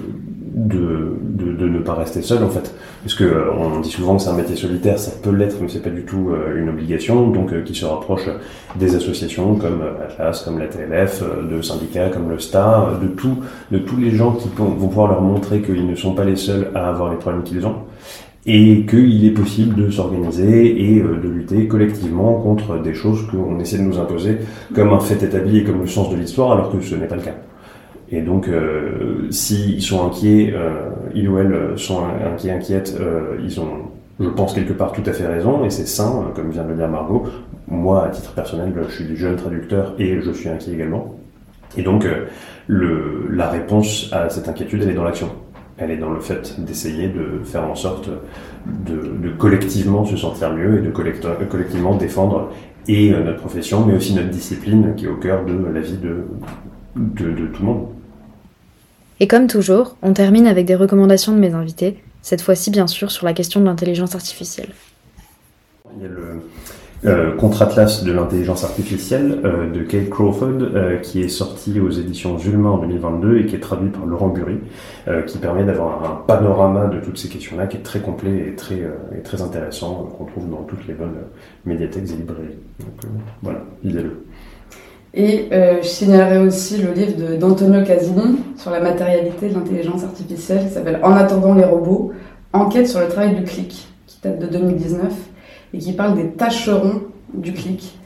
S3: de ne pas rester seul en fait, parce que on dit souvent que c'est un métier solitaire, ça peut l'être, mais c'est pas du tout une obligation, donc qui se rapproche des associations comme Atlas, comme la TLF, de syndicats comme le STA, de tous les gens qui vont pouvoir leur montrer qu'ils ne sont pas les seuls à avoir les problèmes qu'ils ont, et qu'il est possible de s'organiser et de lutter collectivement contre des choses qu'on essaie de nous imposer comme un fait établi et comme le sens de l'histoire, alors que ce n'est pas le cas. Et donc, s'ils sont inquiets, ils ou elles sont inquiètes, ils ont, je pense, quelque part tout à fait raison, et c'est sain, comme vient de le dire Margot. Moi, à titre personnel, je suis jeune traducteur et je suis inquiet également. Et donc, la réponse à cette inquiétude, elle est dans l'action. Elle est dans le fait d'essayer de faire en sorte de collectivement se sentir mieux et de collectivement défendre et notre profession, mais aussi notre discipline qui est au cœur de la vie de tout le monde.
S1: Et comme toujours, on termine avec des recommandations de mes invités, cette fois-ci bien sûr sur la question de l'intelligence artificielle.
S3: Il y a le Contre-Atlas de l'intelligence artificielle de Kate Crawford qui est sorti aux éditions Zulma en 2022 et qui est traduit par Laurent Bury, qui permet d'avoir un panorama de toutes ces questions-là qui est très complet et très intéressant, qu'on trouve dans toutes les bonnes médiathèques et librairies. Donc voilà, lisez-le.
S2: Et je signalerai aussi le livre d'Antonio Casini sur la matérialité de l'intelligence artificielle, qui s'appelle « En attendant les robots, enquête sur le travail du clic », qui date de 2019, et qui parle des tâcherons du clic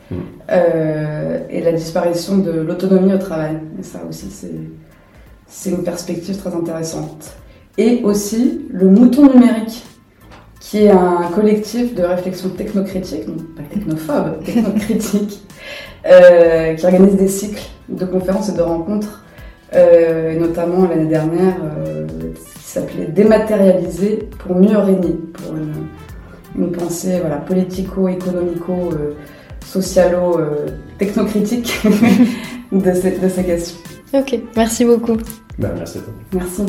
S2: et la disparition de l'autonomie au travail. Et ça aussi, c'est une perspective très intéressante. Et aussi le Mouton numérique, qui est un collectif de réflexion technocritique, non pas technophobe, technocritique, qui organise des cycles de conférences et de rencontres, et notamment l'année dernière, s'appelait Dématérialiser pour mieux régner, pour une pensée politico-économico, socialo-technocritique de ces questions.
S1: Ok, merci beaucoup.
S3: Merci à toi.
S2: Merci.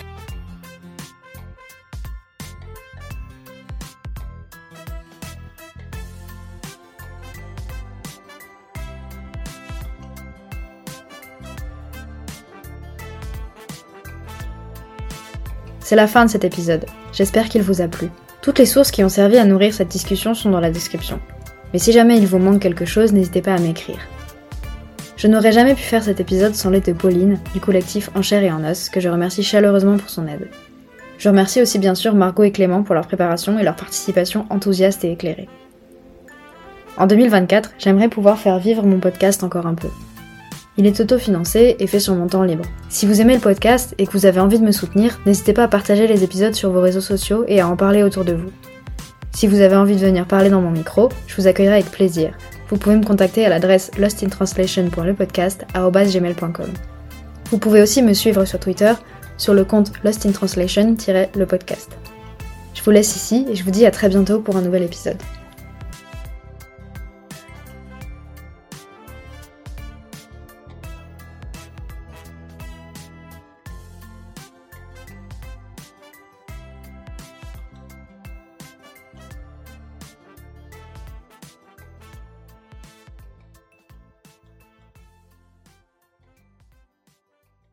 S1: C'est la fin de cet épisode. J'espère qu'il vous a plu. Toutes les sources qui ont servi à nourrir cette discussion sont dans la description. Mais si jamais il vous manque quelque chose, n'hésitez pas à m'écrire. Je n'aurais jamais pu faire cet épisode sans l'aide de Pauline, du collectif En Chair et en Os, que je remercie chaleureusement pour son aide. Je remercie aussi bien sûr Margot et Clément pour leur préparation et leur participation enthousiaste et éclairée. En 2024, j'aimerais pouvoir faire vivre mon podcast encore un peu. Il est autofinancé et fait sur mon temps libre. Si vous aimez le podcast et que vous avez envie de me soutenir, n'hésitez pas à partager les épisodes sur vos réseaux sociaux et à en parler autour de vous. Si vous avez envie de venir parler dans mon micro, je vous accueillerai avec plaisir. Vous pouvez me contacter à l'adresse lostintranslation.lepodcast@gmail.com. Vous pouvez aussi me suivre sur Twitter, sur le compte lostintranslation-le podcast. Je vous laisse ici et je vous dis à très bientôt pour un nouvel épisode.